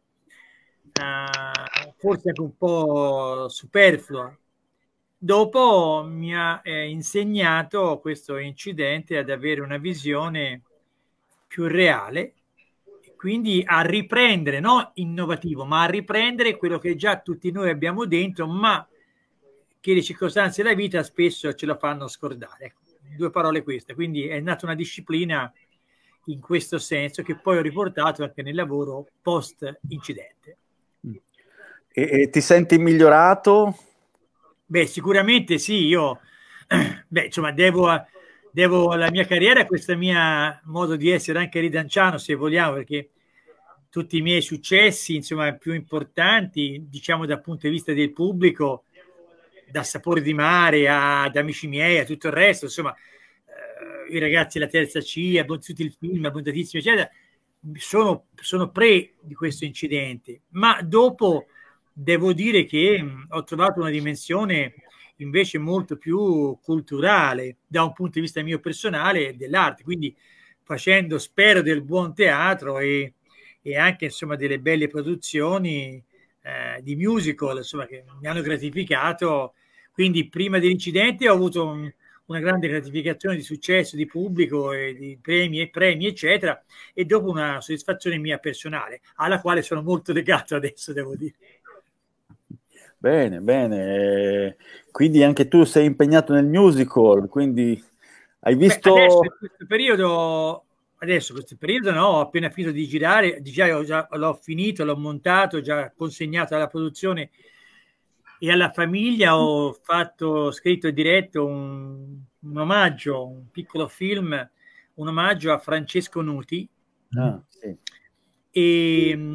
forse anche un po' superflua. Dopo mi ha insegnato questo incidente ad avere una visione più reale, quindi a riprendere, non innovativo, ma a riprendere quello che già tutti noi abbiamo dentro, ma che le circostanze della vita spesso ce lo fanno scordare. Due parole queste. Quindi è nata una disciplina in questo senso che poi ho riportato anche nel lavoro post incidente. E ti senti migliorato? Beh, sicuramente sì, io insomma devo la mia carriera a questo mio modo di essere anche ridanciano, se vogliamo, perché tutti i miei successi, insomma, più importanti, diciamo dal punto di vista del pubblico, da Sapore di mare ad Amici miei, a tutto il resto, insomma, i ragazzi della terza C, tutti il film, abbondatissimo, eccetera, sono pre di questo incidente, ma dopo devo dire che ho trovato una dimensione invece molto più culturale da un punto di vista mio personale dell'arte, quindi facendo, spero, del buon teatro e anche insomma delle belle produzioni di musical, insomma, che mi hanno gratificato. Quindi prima dell'incidente ho avuto una grande gratificazione di successo di pubblico e di premi, eccetera, e dopo una soddisfazione mia personale, alla quale sono molto legato adesso, devo dire. Bene, bene. Quindi anche tu sei impegnato nel musical, quindi hai visto... Adesso, in questo periodo no, ho appena finito di girare, l'ho finito, l'ho montato, già consegnato alla produzione e alla famiglia, ho scritto e diretto un omaggio, un piccolo film, un omaggio a Francesco Nuti, sì. E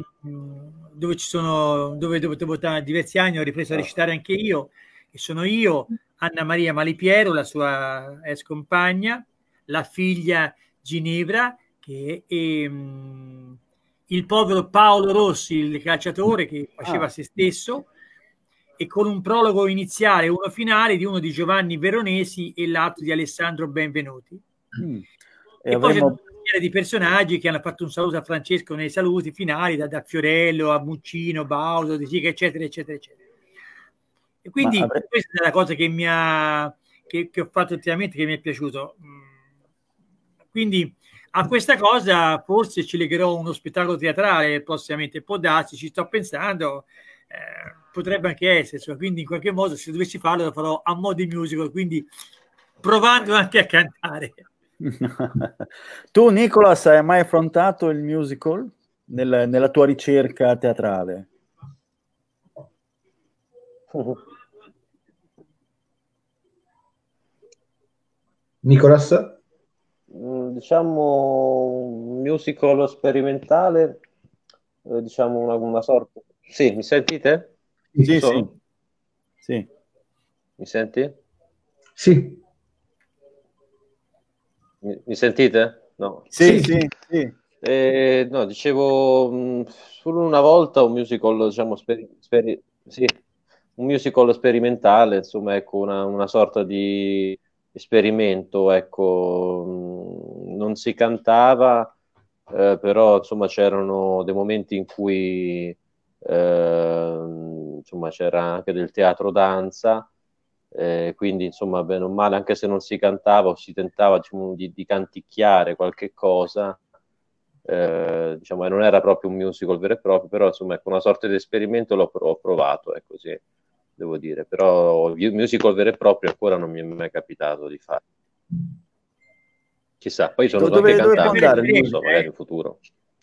dove dopo diversi anni ho ripreso a recitare anche io, e sono io, Anna Maria Malipiero, la sua ex compagna, la figlia Ginevra, che è il povero Paolo Rossi, il calciatore che faceva se stesso, e con un prologo iniziale e uno finale di uno di Giovanni Veronesi e l'altro di Alessandro Benvenuti. E poi c'è una serie di personaggi che hanno fatto un saluto a Francesco nei saluti finali, da Fiorello a Muccino, Baudo, De Sica, eccetera, eccetera, eccetera. E quindi questa è la cosa che ho fatto ultimamente, che mi è piaciuto. Quindi a questa cosa forse ci legherò uno spettacolo teatrale prossimamente, può darsi, ci sto pensando, potrebbe anche essere, quindi in qualche modo se dovessi farlo lo farò a mo' di musical, quindi provando anche a cantare. Tu, Nicolas, hai mai affrontato il musical nella tua ricerca teatrale? Nicolas? Diciamo un musical sperimentale, diciamo una sorta. Sì, mi sentite? Sì, sì. Sì. Mi senti? Sì. Mi sentite? No. Sì, sì, sì. No, dicevo solo una volta un musical, diciamo, sì, un musical sperimentale, insomma, ecco, una sorta di esperimento, ecco, non si cantava, però insomma c'erano dei momenti in cui insomma c'era anche del teatro danza quindi insomma bene o male, anche se non si cantava o si tentava, diciamo, di canticchiare qualche cosa, diciamo, non era proprio un musical vero e proprio, però insomma ecco, una sorta di esperimento l'ho provato, ecco, sì, devo dire, però musical vero e proprio ancora non mi è mai capitato di fare. Chissà, poi sono anche cantante, non so, magari in futuro.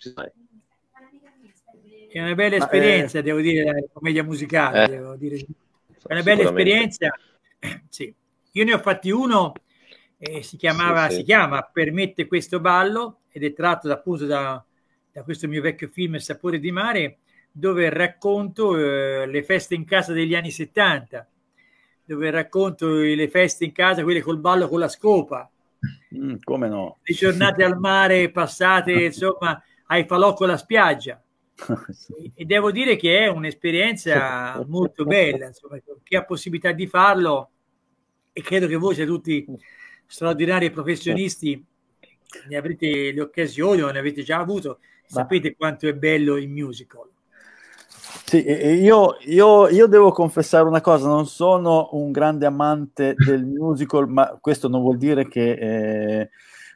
È una bella esperienza, devo dire, la commedia musicale, devo dire. È una bella esperienza. Sì. Io ne ho fatti uno, si chiama Permette questo ballo, ed è tratto appunto da questo mio vecchio film Il sapore di mare, dove racconto le feste in casa degli anni 70, dove racconto le feste in casa, quelle col ballo con la scopa. Come no? Le giornate al mare passate, insomma, ai falò con la spiaggia. E devo dire che è un'esperienza molto bella, insomma, chi ha possibilità di farlo, e credo che voi siete tutti straordinari professionisti, ne avrete le occasioni o ne avete già avuto, sapete quanto è bello il musical. Sì, io devo confessare una cosa, non sono un grande amante del musical, ma questo non vuol dire che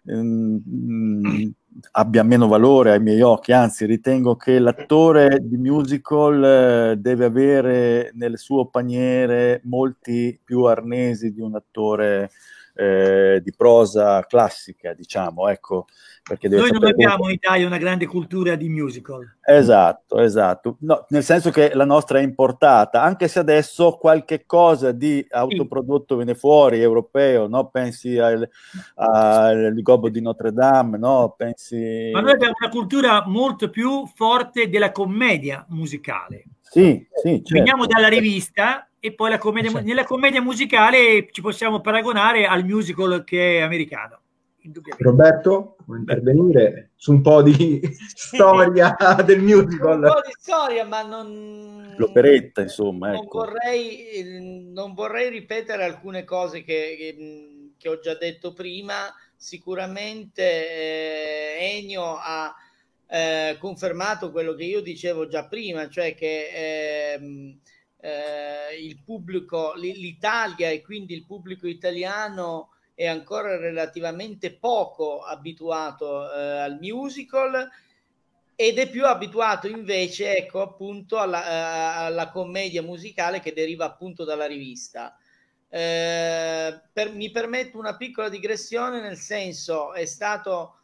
abbia meno valore ai miei occhi, anzi ritengo che l'attore di musical deve avere nel suo paniere molti più arnesi di un attore di prosa classica, diciamo, ecco, perché noi non abbiamo in Italia una grande cultura di musical. Esatto, no, nel senso che la nostra è importata, anche se adesso qualche cosa di autoprodotto viene fuori, europeo, no? Pensi al Gobbo di Notre Dame, no? Pensi... Ma noi abbiamo una cultura molto più forte della commedia musicale. Sì, certo. Veniamo dalla rivista e poi nella commedia musicale ci possiamo paragonare al musical che è americano. Roberto, vuoi intervenire su un po' di storia del musical? Un po' di storia, ma non... L'operetta, insomma. Non vorrei ripetere alcune cose che ho già detto prima. Sicuramente Ennio ha confermato quello che io dicevo già prima, cioè che il pubblico, l'Italia e quindi il pubblico italiano è ancora relativamente poco abituato al musical ed è più abituato invece, ecco, appunto alla commedia musicale che deriva appunto dalla rivista. Mi permetto una piccola digressione, nel senso, è stato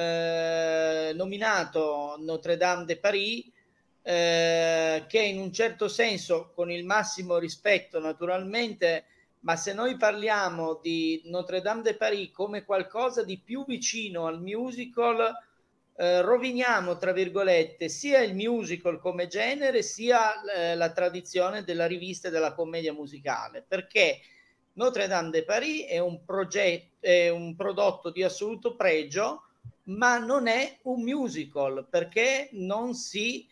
nominato Notre Dame de Paris, che in un certo senso, con il massimo rispetto naturalmente, ma se noi parliamo di Notre Dame de Paris come qualcosa di più vicino al musical, roviniamo, tra virgolette, sia il musical come genere, sia la tradizione della rivista e della commedia musicale, perché Notre Dame de Paris è un prodotto di assoluto pregio, ma non è un musical, perché non si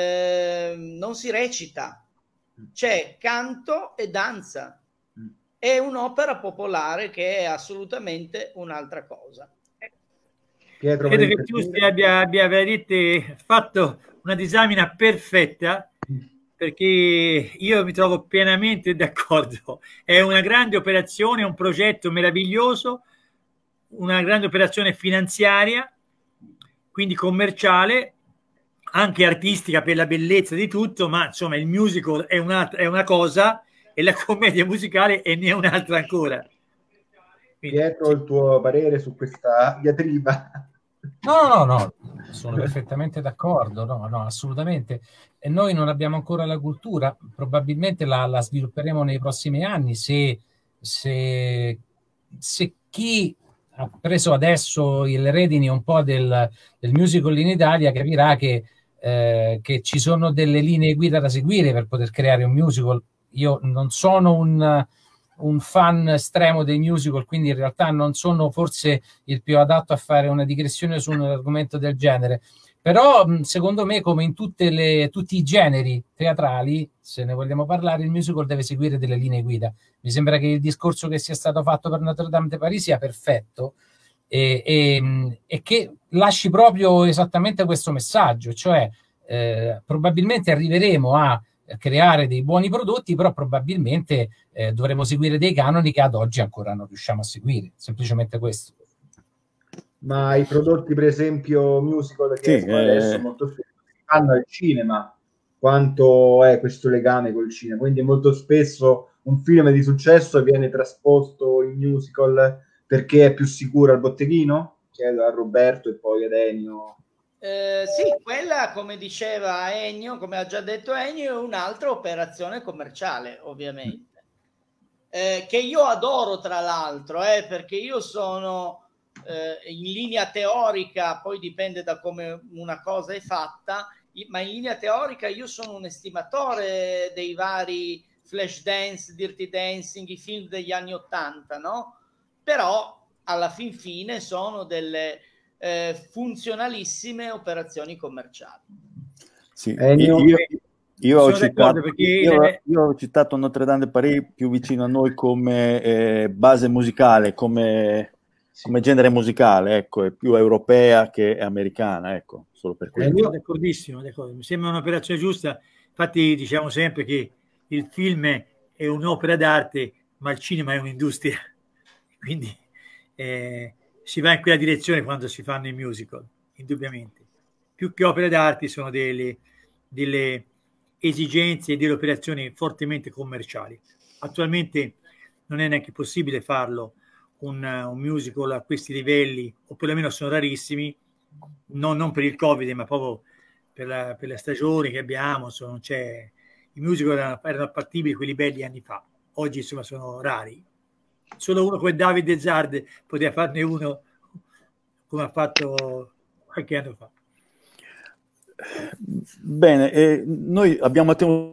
recita, c'è canto e danza. È un'opera popolare che è assolutamente un'altra cosa. Pietro, credo che tu abbia veramente fatto una disamina perfetta, perché io mi trovo pienamente d'accordo. È una grande operazione, un progetto meraviglioso, una grande operazione finanziaria, quindi commerciale, anche artistica per la bellezza di tutto, ma insomma il musical è una cosa e la commedia musicale ne è un'altra ancora. Quindi, Pietro, il tuo parere su questa diatriba? No, sono perfettamente d'accordo, no, assolutamente. E noi non abbiamo ancora la cultura, probabilmente la svilupperemo nei prossimi anni se chi ha preso adesso il redini un po' del musical in Italia capirà che ci sono delle linee guida da seguire per poter creare un musical. Io non sono un fan estremo dei musical, quindi in realtà non sono forse il più adatto a fare una digressione su un argomento del genere, però secondo me, come in tutti i generi teatrali, se ne vogliamo parlare, il musical deve seguire delle linee guida. Mi sembra che il discorso che sia stato fatto per Notre Dame de Paris sia perfetto e che lasci proprio esattamente questo messaggio, cioè probabilmente arriveremo a creare dei buoni prodotti, però probabilmente dovremo seguire dei canoni che ad oggi ancora non riusciamo a seguire, semplicemente questo. Ma i prodotti, per esempio, musical che escono adesso molto spesso fanno al cinema, quanto è questo legame col cinema, quindi molto spesso un film di successo viene trasposto in musical perché è più sicuro al botteghino? Chiedo a Roberto e poi ad Ennio. Sì, quella, come diceva Ennio, come ha già detto Ennio, è un'altra operazione commerciale, ovviamente, che io adoro, tra l'altro, perché io sono in linea teorica, poi dipende da come una cosa è fatta, ma in linea teorica io sono un estimatore dei vari Flashdance, Dirty Dancing, i film degli anni *80, no? Però alla fin fine sono delle funzionalissime operazioni commerciali. Sì, io ho citato Notre Dame de Paris più vicino a noi come base musicale, come genere musicale, ecco, è più europea che americana, ecco, solo per quello. D'accordissimo, mi sembra un'operazione giusta. Infatti diciamo sempre che il film è un'opera d'arte, ma il cinema è un'industria, quindi si va in quella direzione quando si fanno i musical, indubbiamente. Più che opere d'arte sono delle esigenze e delle operazioni fortemente commerciali. Attualmente non è neanche possibile farlo un musical a questi livelli, o perlomeno sono rarissimi, non per il Covid, ma proprio per la stagione che abbiamo. I musical erano fattibili quelli belli anni fa, oggi insomma sono rari. Solo uno come David Zard poteva farne uno come ha fatto qualche anno fa. Bene, noi abbiamo tenuto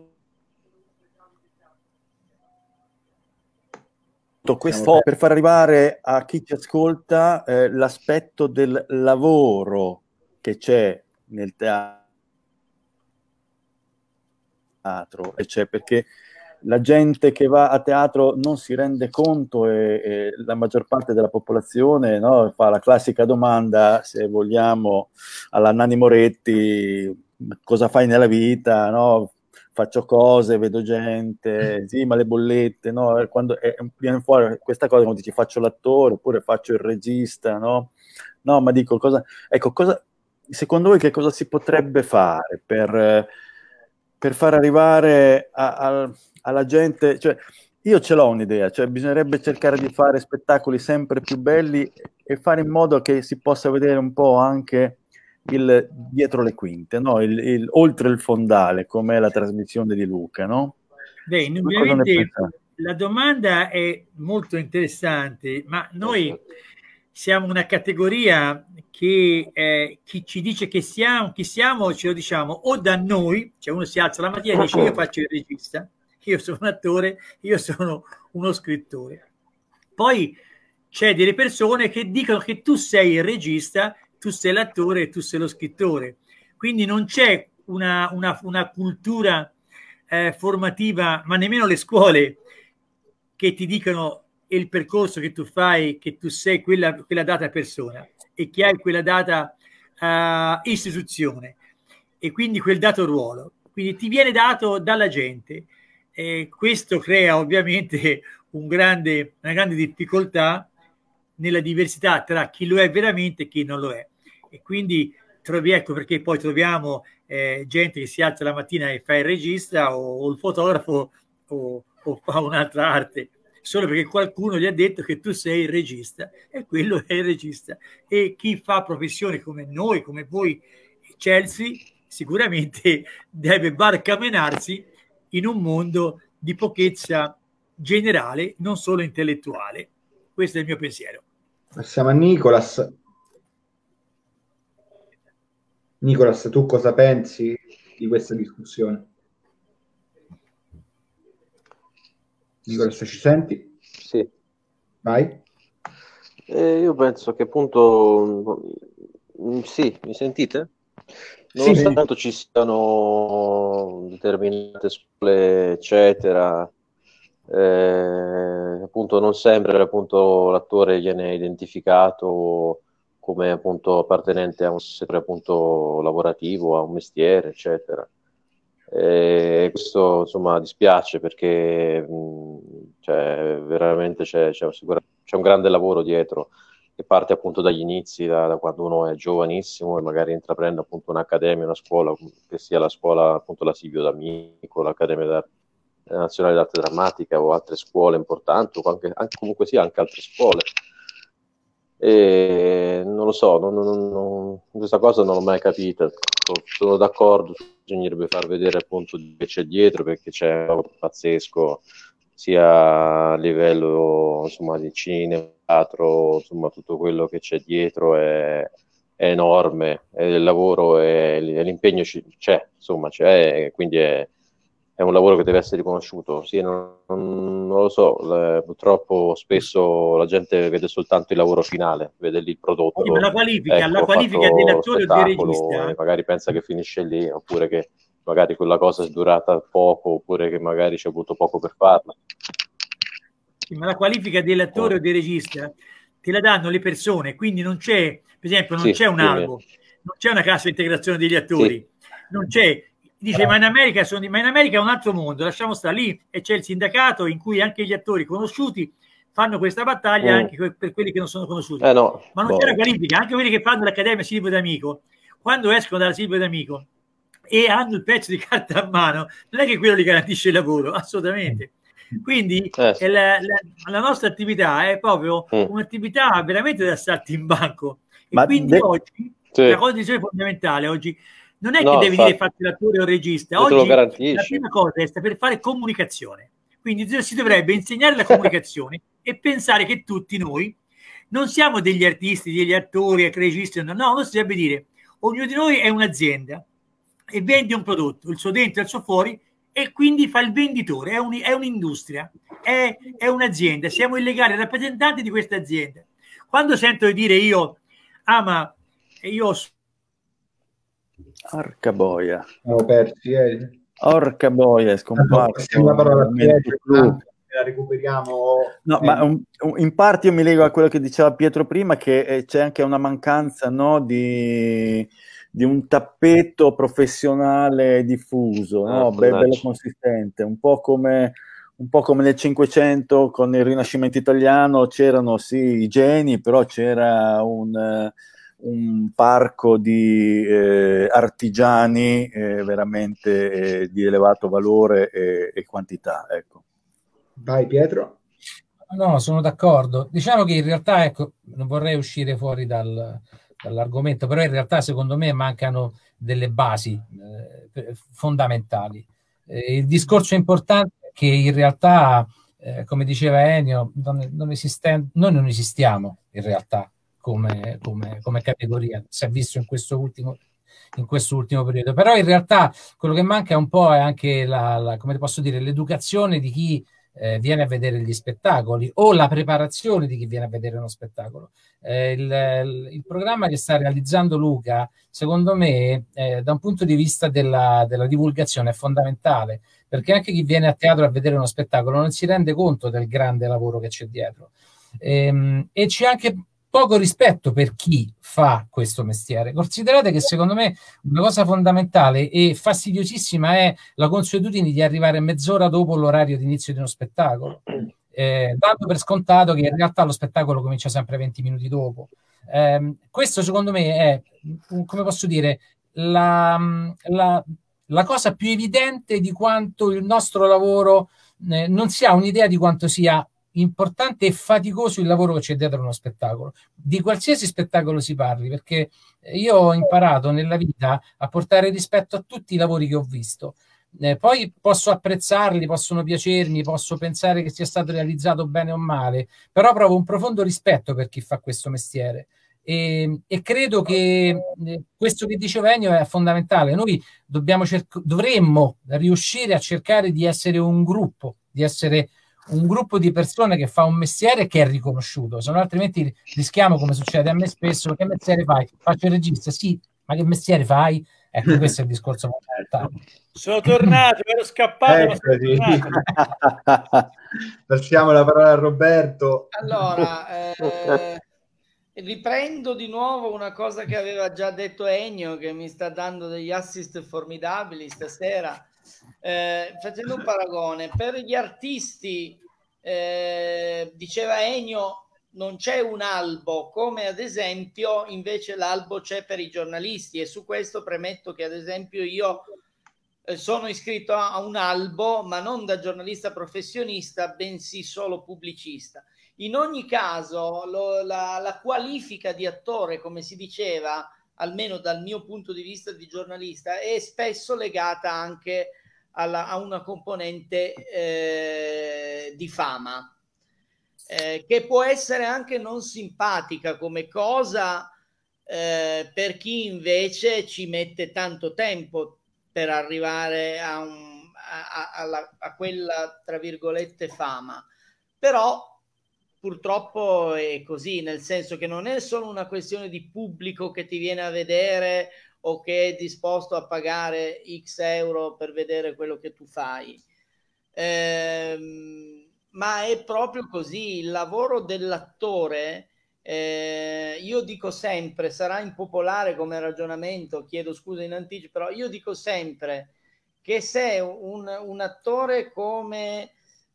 questo per far arrivare a chi ci ascolta l'aspetto del lavoro che c'è nel teatro, e c'è perché la gente che va a teatro non si rende conto, e la maggior parte della popolazione, no, fa la classica domanda, se vogliamo, alla Nanni Moretti: cosa fai nella vita? No? Faccio cose, vedo gente, sì, ma le bollette, no? Quando viene fuori questa cosa, quando dici faccio l'attore oppure faccio il regista, no? No, ma dico, secondo voi che cosa si potrebbe fare per far arrivare alla gente? Cioè, io ce l'ho un'idea, cioè bisognerebbe cercare di fare spettacoli sempre più belli e fare in modo che si possa vedere un po' anche il dietro le quinte, no? Oltre il fondale, come la trasmissione di Luca, no? Beh, indubbiamente la domanda è molto interessante, ma noi siamo una categoria che chi ci dice chi siamo, ce lo diciamo o da noi, cioè uno si alza la mattina e dice: io faccio il regista, io sono un attore, io sono uno scrittore. Poi c'è delle persone che dicono che tu sei il regista, tu sei l'attore e tu sei lo scrittore. Quindi non c'è una cultura formativa, ma nemmeno le scuole, che ti dicono il percorso che tu fai, che tu sei quella data persona e che hai quella data istituzione e quindi quel dato ruolo. Quindi ti viene dato dalla gente. Questo crea ovviamente una grande difficoltà nella diversità tra chi lo è veramente e chi non lo è. E quindi ecco perché poi troviamo gente che si alza la mattina e fa il regista o il fotografo o fa un'altra arte, solo perché qualcuno gli ha detto che tu sei il regista, e quello è il regista. E chi fa professione come noi, come voi, Chelsea, sicuramente deve barcamenarsi in un mondo di pochezza generale, non solo intellettuale. Questo è il mio pensiero. Passiamo a Nicolas. Nicolas, tu cosa pensi di questa discussione? Nicolas, ci senti? Sì. Vai. Io penso che appunto sì, mi sentite? Nonostante ci siano determinate scuole, eccetera, appunto non sempre appunto l'attore viene identificato come appunto appartenente a un settore appunto lavorativo, a un mestiere, eccetera. E questo insomma dispiace, perché cioè, veramente c'è un grande lavoro dietro, che parte appunto dagli inizi, da quando uno è giovanissimo e magari intraprende appunto un'accademia, una scuola, che sia la scuola appunto la Silvio D'Amico, l'Accademia Nazionale d'Arte Drammatica o altre scuole importanti, o anche comunque sia anche altre scuole. E non lo so, questa cosa non l'ho mai capita. Sono d'accordo, bisognerebbe far vedere appunto che c'è dietro, perché c'è un lavoro pazzesco, sia a livello insomma di cinema, teatro, insomma tutto quello che c'è dietro è enorme, e il lavoro e l'impegno c'è, insomma c'è, e quindi è un lavoro che deve essere riconosciuto. Sì, non lo so, purtroppo spesso la gente vede soltanto il lavoro finale, vede lì il prodotto. Sì, la qualifica dell'attore o del regista, e magari pensa che finisce lì, oppure che magari quella cosa è durata poco, oppure che magari c'è avuto poco per farla. Sì, ma la qualifica dell'attore o del regista te la danno le persone, quindi non c'è, per esempio, non c'è un albo, non c'è una cassa integrazione degli attori, non c'è. Dice, ma in America è un altro mondo, lasciamo stare lì, e c'è il sindacato in cui anche gli attori conosciuti fanno questa battaglia anche per quelli che non sono conosciuti. No, ma non c'è la qualifica, anche quelli che fanno l'Accademia Silvio D'Amico, quando escono dalla Silvio D'Amico e hanno il pezzo di carta a mano, non è che quello gli garantisce il lavoro, assolutamente. Quindi la nostra attività è proprio un'attività veramente da starti in banco, e quindi oggi la condizione fondamentale oggi non è che devi dire fatti l'attore o il regista, oggi la prima cosa è saper fare comunicazione, quindi si dovrebbe insegnare la comunicazione e pensare che tutti noi non siamo degli artisti, degli attori, registi, non si dovrebbe dire, ognuno di noi è un'azienda e vende un prodotto, il suo dentro e il suo fuori, e quindi fa il venditore, è un'industria, è un'azienda, siamo i legali rappresentanti di questa azienda. Quando sento dire io Orca boia. Siamo persi, Orca boia, è scomparso. La parola la recuperiamo. No, ma in parte io mi lego a quello che diceva Pietro prima, che c'è anche una mancanza, no, di un tappeto professionale diffuso, no? Bello consistente, un po' come nel Cinquecento con il Rinascimento italiano c'erano sì i geni, però c'era un parco di artigiani veramente di elevato valore e quantità, ecco. Vai Pietro. No, sono d'accordo. Diciamo che in realtà, ecco, non vorrei uscire fuori dall'argomento, però in realtà secondo me mancano delle basi fondamentali. Il discorso importante è che in realtà, come diceva Ennio, noi non esistiamo in realtà come categoria, si è visto in questo ultimo periodo, però in realtà quello che manca un po' è anche come posso dire, l'educazione di chi viene a vedere gli spettacoli, o la preparazione di chi viene a vedere uno spettacolo. Il programma che sta realizzando Luca, secondo me, da un punto di vista della divulgazione è fondamentale, perché anche chi viene a teatro a vedere uno spettacolo non si rende conto del grande lavoro che c'è dietro, e c'è anche poco rispetto per chi fa questo mestiere. Considerate che secondo me una cosa fondamentale e fastidiosissima è la consuetudine di arrivare mezz'ora dopo l'orario di inizio di uno spettacolo, dando per scontato che in realtà lo spettacolo comincia sempre 20 minuti dopo. Questo secondo me è, come posso dire, la cosa più evidente di quanto il nostro lavoro non si ha un'idea di quanto sia importante e faticoso il lavoro che c'è dietro uno spettacolo, di qualsiasi spettacolo si parli, perché io ho imparato nella vita a portare rispetto a tutti i lavori che ho visto. Poi posso apprezzarli, possono piacermi, posso pensare che sia stato realizzato bene o male, però provo un profondo rispetto per chi fa questo mestiere. E credo che questo che diceva Ennio è fondamentale. Noi dovremmo riuscire a cercare di essere un gruppo di persone che fa un mestiere che è riconosciuto, se no altrimenti rischiamo, come succede a me spesso, che mestiere fai? Faccio il regista, sì, ma che mestiere fai? Ecco, questo è il discorso fondamentale. Sono tornato, ero scappato, ma sono tornato. Passiamo la parola a Roberto. Allora, riprendo di nuovo una cosa che aveva già detto Ennio, che mi sta dando degli assist formidabili stasera. facendo un paragone, per gli artisti, diceva Ennio, non c'è un albo, come ad esempio invece l'albo c'è per i giornalisti, e su questo premetto che ad esempio io sono iscritto a un albo, ma non da giornalista professionista, bensì solo pubblicista. In ogni caso la qualifica di attore, come si diceva, almeno dal mio punto di vista di giornalista, è spesso legata anche a una componente di fama, che può essere anche non simpatica come cosa per chi invece ci mette tanto tempo per arrivare a quella, tra virgolette, fama. Però purtroppo è così, nel senso che non è solo una questione di pubblico che ti viene a vedere o che è disposto a pagare X euro per vedere quello che tu fai, ma è proprio così. Il lavoro dell'attore, io dico sempre, sarà impopolare come ragionamento, chiedo scusa in anticipo, però io dico sempre che se un attore come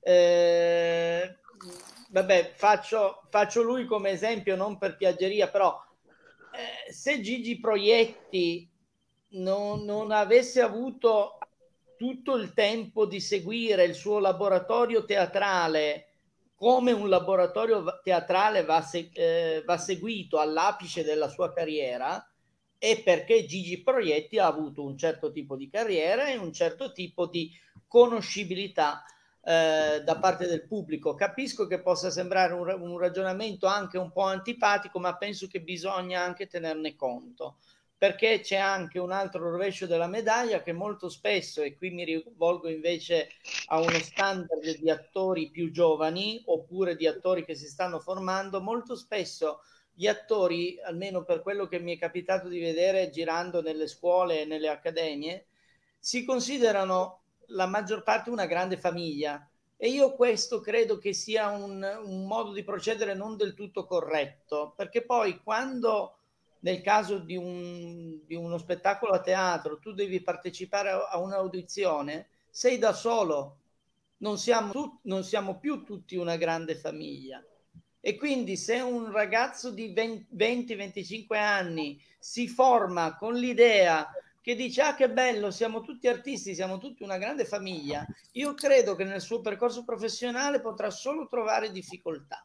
vabbè, faccio lui come esempio, non per piaggeria, però se Gigi Proietti non avesse avuto tutto il tempo di seguire il suo laboratorio teatrale come un laboratorio teatrale va seguito all'apice della sua carriera, è perché Gigi Proietti ha avuto un certo tipo di carriera e un certo tipo di conoscibilità da parte del pubblico. Capisco che possa sembrare un ragionamento anche un po' antipatico, ma penso che bisogna anche tenerne conto, perché c'è anche un altro rovescio della medaglia, che molto spesso, e qui mi rivolgo invece a uno standard di attori più giovani oppure di attori che si stanno formando, molto spesso gli attori, almeno per quello che mi è capitato di vedere girando nelle scuole e nelle accademie, si considerano la maggior parte una grande famiglia, e io questo credo che sia un modo di procedere non del tutto corretto, perché poi quando nel caso di uno spettacolo a teatro tu devi partecipare a un'audizione, sei da solo, non siamo più tutti una grande famiglia. E quindi se un ragazzo di 20-25 anni si forma con l'idea che dice ah che bello, siamo tutti artisti, siamo tutti una grande famiglia, io credo che nel suo percorso professionale potrà solo trovare difficoltà.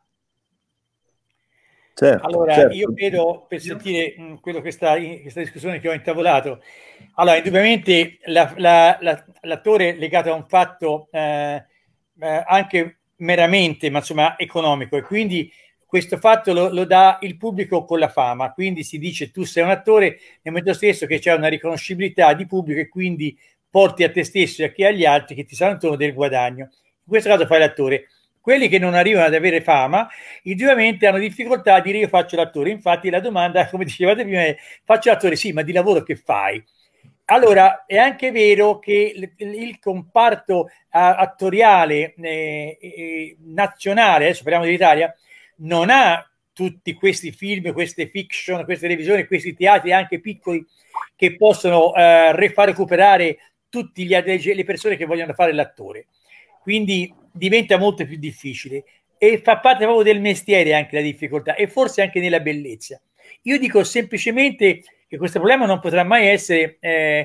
Certo, allora, io credo, per sentire quello che questa discussione che ho intavolato, allora indubbiamente l'attore è legato a un fatto anche meramente, ma insomma economico, e quindi questo fatto lo dà il pubblico con la fama, quindi si dice tu sei un attore nel momento stesso che c'è una riconoscibilità di pubblico e quindi porti a te stesso e a chi agli altri che ti saranno intorno del guadagno. In questo caso fai l'attore. Quelli che non arrivano ad avere fama, indubbiamente hanno difficoltà a dire io faccio l'attore. Infatti la domanda, come dicevate prima, è faccio l'attore, sì, ma di lavoro che fai? Allora, è anche vero che il comparto attoriale nazionale, adesso parliamo dell'Italia, non ha tutti questi film, queste fiction, queste televisioni, questi teatri anche piccoli che possono far recuperare tutte le persone che vogliono fare l'attore. Quindi diventa molto più difficile e fa parte proprio del mestiere anche la difficoltà e forse anche nella bellezza. Io dico semplicemente che questo problema non potrà mai essere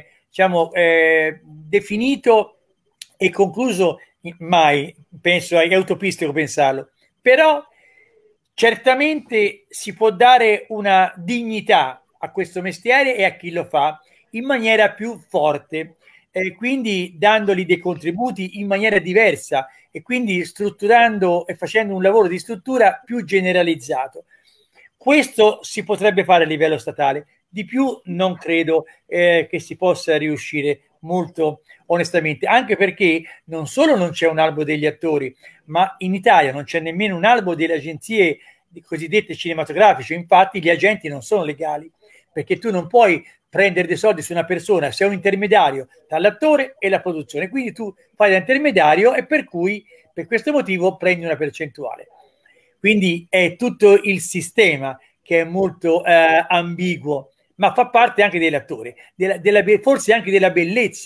definito e concluso mai, penso, è utopistico pensarlo, però certamente si può dare una dignità a questo mestiere e a chi lo fa in maniera più forte, quindi dandogli dei contributi in maniera diversa e quindi strutturando e facendo un lavoro di struttura più generalizzato. Questo si potrebbe fare a livello statale, di più non credo che si possa riuscire molto onestamente, anche perché non solo non c'è un albo degli attori, ma in Italia non c'è nemmeno un albo delle agenzie cosiddette cinematografiche. Infatti gli agenti non sono legali, perché tu non puoi prendere dei soldi su una persona, sei un intermediario tra l'attore e la produzione, quindi tu fai da intermediario e per cui per questo motivo prendi una percentuale. Quindi è tutto il sistema che è molto ambiguo, ma fa parte anche dell'attore, forse anche della bellezza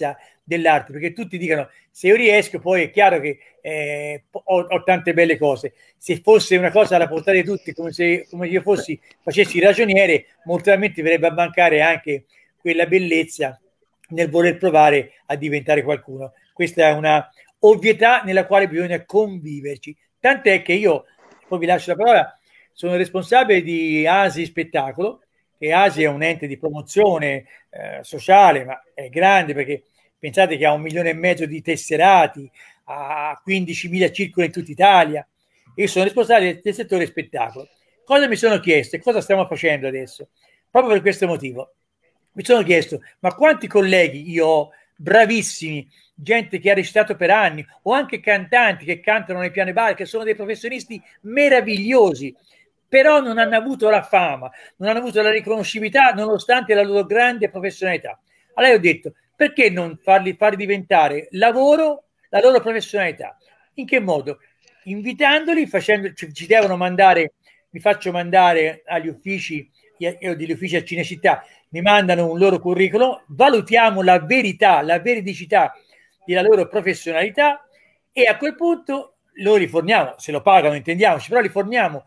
dell'arte, perché tutti dicono se io riesco, poi è chiaro che ho tante belle cose. Se fosse una cosa alla portata di tutti, come io facessi il ragioniere, molto probabilmente verrebbe a mancare anche quella bellezza nel voler provare a diventare qualcuno. Questa è una ovvietà nella quale bisogna conviverci. Tant'è che io, poi vi lascio la parola, sono responsabile di ASI Spettacolo, che ASI è un ente di promozione sociale, ma è grande perché pensate che ha 1,5 milioni di tesserati, ha 15.000 circoli in tutta Italia. Io sono responsabile del settore spettacolo. Cosa mi sono chiesto e cosa stiamo facendo adesso? Proprio per questo motivo. Mi sono chiesto, ma quanti colleghi io ho, bravissimi, gente che ha recitato per anni, o anche cantanti che cantano nei piani bar, che sono dei professionisti meravigliosi, però non hanno avuto la fama, non hanno avuto la riconoscibilità nonostante la loro grande professionalità. Allora io ho detto, perché non farli diventare lavoro la loro professionalità? In che modo? Invitandoli, ci devono mandare, mi faccio mandare agli uffici, io degli uffici a Cinecittà, mi mandano un loro curriculum, valutiamo la verità, la veridicità della loro professionalità e a quel punto lo riforniamo, se lo pagano intendiamoci, però riforniamo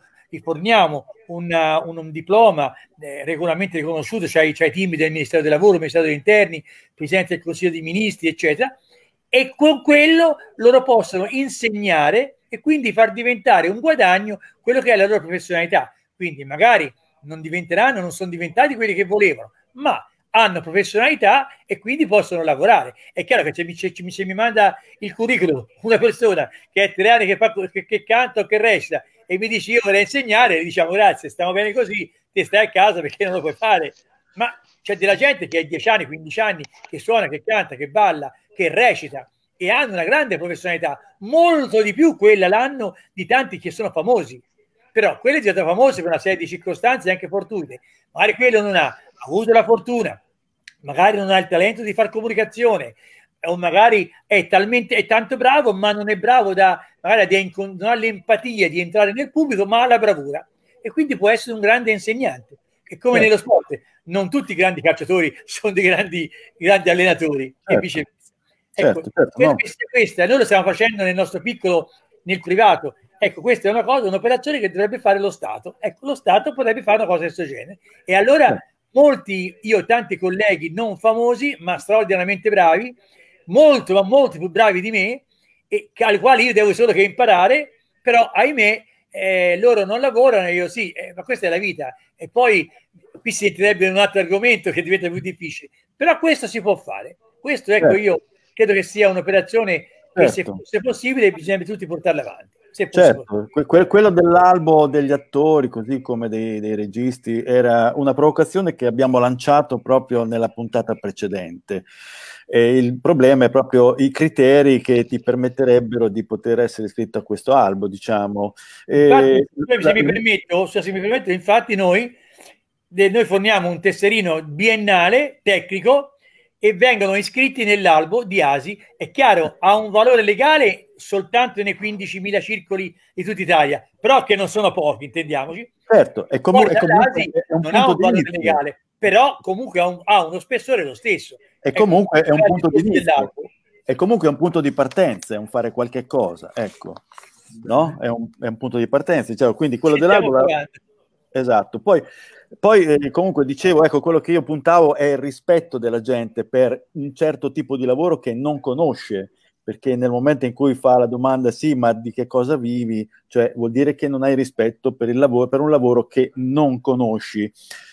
un diploma regolarmente riconosciuto, c'è i team del Ministero del Lavoro, Ministero degli Interni, Presidente del Consiglio dei Ministri, eccetera, e con quello loro possono insegnare e quindi far diventare un guadagno quello che è la loro professionalità. Quindi magari non sono diventati quelli che volevano, ma hanno professionalità e quindi possono lavorare. È chiaro che se mi manda il curriculum una persona che è 3 anni che canta o che recita e mi dice io vorrei insegnare, diciamo grazie, stiamo bene così, ti stai a casa perché non lo puoi fare. Ma c'è della gente che ha 10 anni, 15 anni, che suona, che canta, che balla, che recita e hanno una grande professionalità, molto di più quella l'hanno di tanti che sono famosi. Però quelli sono famosi per una serie di circostanze anche fortuite. Magari quello non ha avuto la fortuna, magari non ha il talento di far comunicazione, o magari è tanto bravo, ma non è bravo non ha l'empatia di entrare nel pubblico, ma ha la bravura. E quindi può essere un grande insegnante. E come nello sport, non tutti i grandi calciatori sono dei grandi allenatori, e viceversa. Ecco, questa noi lo stiamo facendo nel nostro piccolo, nel privato. Ecco, questa è un'operazione che dovrebbe fare lo Stato. Ecco, lo Stato potrebbe fare una cosa di questo genere. E allora io ho tanti colleghi non famosi, ma straordinariamente bravi, molto più bravi di me, e ai quali io devo solo che imparare, però ahimè loro non lavorano e io sì, ma questa è la vita. E poi qui si entrerebbe in un altro argomento che diventa più difficile. Però questo si può fare. Questo, ecco, io credo che sia un'operazione che se fosse possibile bisogna tutti portarla avanti. Certo, quello dell'albo degli attori, così come dei registi, era una provocazione che abbiamo lanciato proprio nella puntata precedente. E il problema è proprio i criteri che ti permetterebbero di poter essere iscritto a questo albo, diciamo. Infatti, se mi permetto, infatti noi forniamo un tesserino biennale tecnico e vengono iscritti nell'albo di ASI. È chiaro, ha un valore legale soltanto nei 15.000 circoli di tutta Italia, però che non sono pochi, intendiamoci. Certo, è comunque non ha un valore legale, però comunque ha uno spessore lo stesso. E comunque è un punto di inizio. È comunque un punto di partenza, è un fare qualche cosa, ecco, no? È un punto di partenza, cioè, quindi quello dell'albo. Esatto, poi comunque dicevo, ecco, quello che io puntavo è il rispetto della gente per un certo tipo di lavoro che non conosce, perché nel momento in cui fa la domanda sì, ma di che cosa vivi? Cioè vuol dire che non hai rispetto per il lavoro, per un lavoro che non conosci.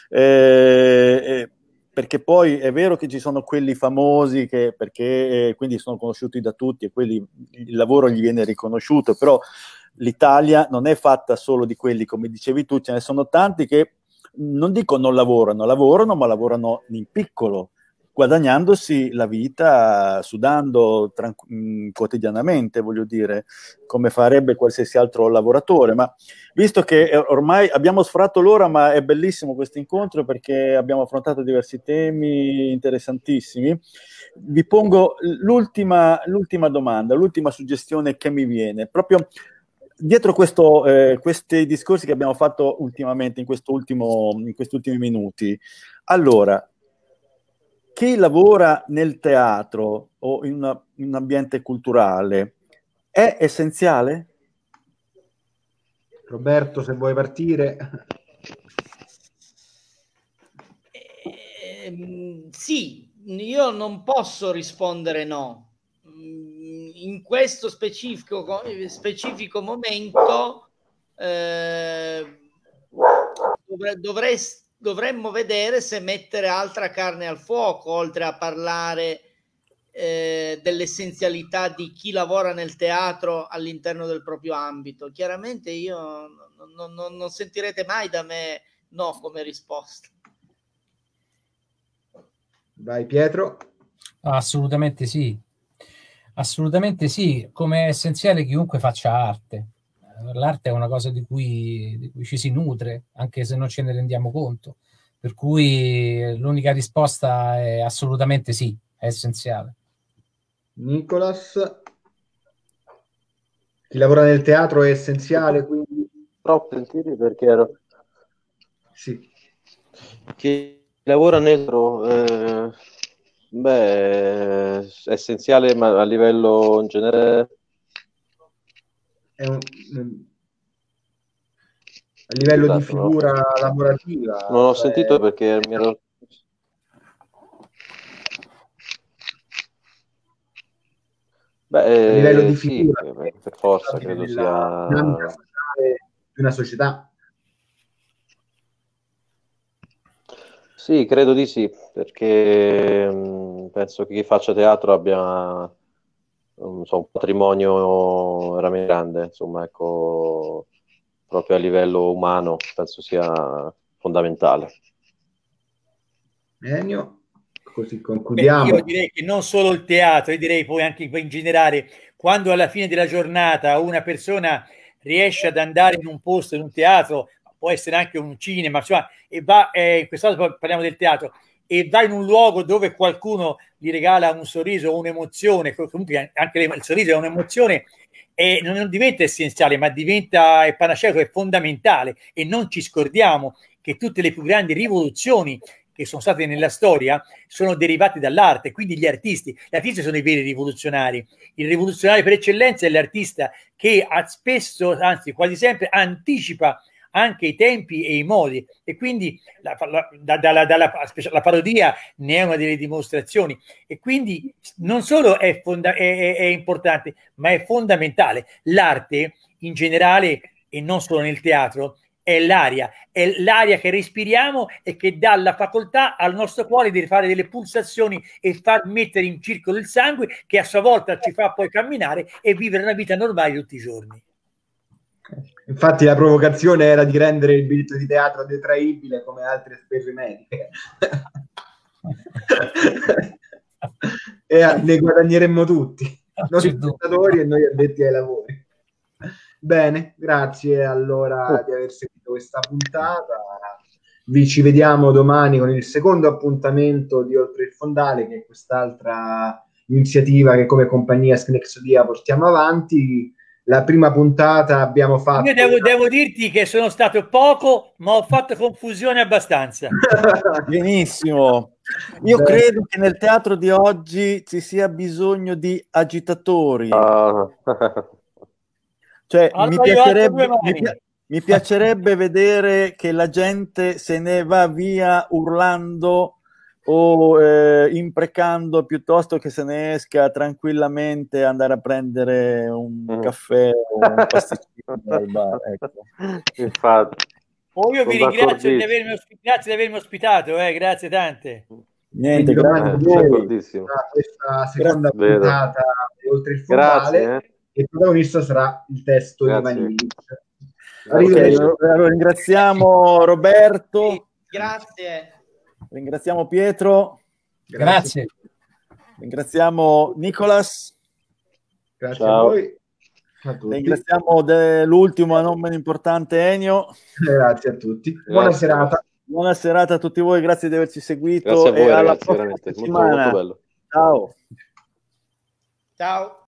Perché poi è vero che ci sono quelli famosi che perché quindi sono conosciuti da tutti e quelli il lavoro gli viene riconosciuto, però l'Italia non è fatta solo di quelli, come dicevi tu, ce ne sono tanti che non dico non lavorano, ma lavorano in piccolo, guadagnandosi la vita, sudando quotidianamente, voglio dire, come farebbe qualsiasi altro lavoratore. Ma visto che ormai abbiamo sforato l'ora, ma è bellissimo questo incontro perché abbiamo affrontato diversi temi interessantissimi, vi pongo l'ultima domanda, l'ultima suggestione che mi viene, proprio dietro questi discorsi che abbiamo fatto ultimamente, in questi ultimi minuti. Allora, chi lavora nel teatro o in un ambiente culturale è essenziale? Roberto, se vuoi partire. Sì, io non posso rispondere no. In questo specifico momento dovremmo vedere se mettere altra carne al fuoco, oltre a parlare dell'essenzialità di chi lavora nel teatro all'interno del proprio ambito. Chiaramente io non sentirete mai da me no come risposta. Vai Pietro. Assolutamente sì. Assolutamente sì, come è essenziale chiunque faccia arte. L'arte è una cosa di cui ci si nutre, anche se non ce ne rendiamo conto. Per cui l'unica risposta è assolutamente sì, è essenziale. Nicolas, chi lavora nel teatro è essenziale, quindi... Troppo sentiti perché ero... Sì. Chi lavora nel teatro... Beh, è essenziale, ma a livello in genere A livello di figura lavorativa. Non ho sentito perché mi ero... Beh, a livello di sì, figura, per forza credo sia di una società. Sì, credo di sì, perché penso che chi faccia teatro abbia un patrimonio veramente grande, insomma, ecco, proprio a livello umano, penso sia fondamentale. Ennio, così concludiamo. Beh, io direi che non solo il teatro, io direi poi anche in generale, quando alla fine della giornata una persona riesce ad andare in un posto, in un teatro, può essere anche un cinema, insomma, e va, in questo caso parliamo del teatro, e va in un luogo dove qualcuno gli regala un sorriso o un'emozione, comunque anche il sorriso è un'emozione, e non diventa essenziale, ma diventa panaceico, è fondamentale, e non ci scordiamo che tutte le più grandi rivoluzioni che sono state nella storia sono derivati dall'arte, quindi gli artisti sono i veri rivoluzionari. Il rivoluzionario per eccellenza è l'artista che spesso, anzi quasi sempre, anticipa anche i tempi e i modi, e quindi la parodia ne è una delle dimostrazioni, e quindi non solo è importante, ma è fondamentale. L'arte in generale, e non solo nel teatro, è l'aria che respiriamo e che dà la facoltà al nostro cuore di fare delle pulsazioni e far mettere in circolo il sangue, che a sua volta ci fa poi camminare e vivere una vita normale tutti i giorni. Infatti la provocazione era di rendere il biglietto di teatro detraibile come altre spese mediche. E ne guadagneremmo tutti, noi spettatori e noi addetti ai lavori. Bene, grazie allora di aver seguito questa puntata. Vi ci vediamo domani con il secondo appuntamento di Oltre il Fondale, che è quest'altra iniziativa che come compagnia Snexodia portiamo avanti. La prima puntata abbiamo fatto... Io devo dirti che sono stato poco, ma ho fatto confusione abbastanza. Benissimo. Io credo che nel teatro di oggi ci sia bisogno di agitatori. Cioè, allora mi piacerebbe vedere che la gente se ne va via urlando o imprecando, piuttosto che se ne esca tranquillamente, andare a prendere un caffè o un pasticcino al bar. Ecco. Infatti. Io vi ringrazio di avermi ospitato, grazie tante. Niente, grazie a voi. Questa seconda puntata di Oltre il Fondale. E il protagonista sarà il testo di Vanilli. Allora, ringraziamo Roberto. Grazie. Ringraziamo Pietro. Grazie. Ringraziamo Nicolas. Grazie a voi. Ringraziamo l'ultimo e non meno importante Ennio. Grazie a tutti. Buona serata. Buona serata a tutti voi, grazie di averci seguito. Grazie a voi, e alla ragazzi, prossima veramente settimana. molto bello. Ciao. Ciao.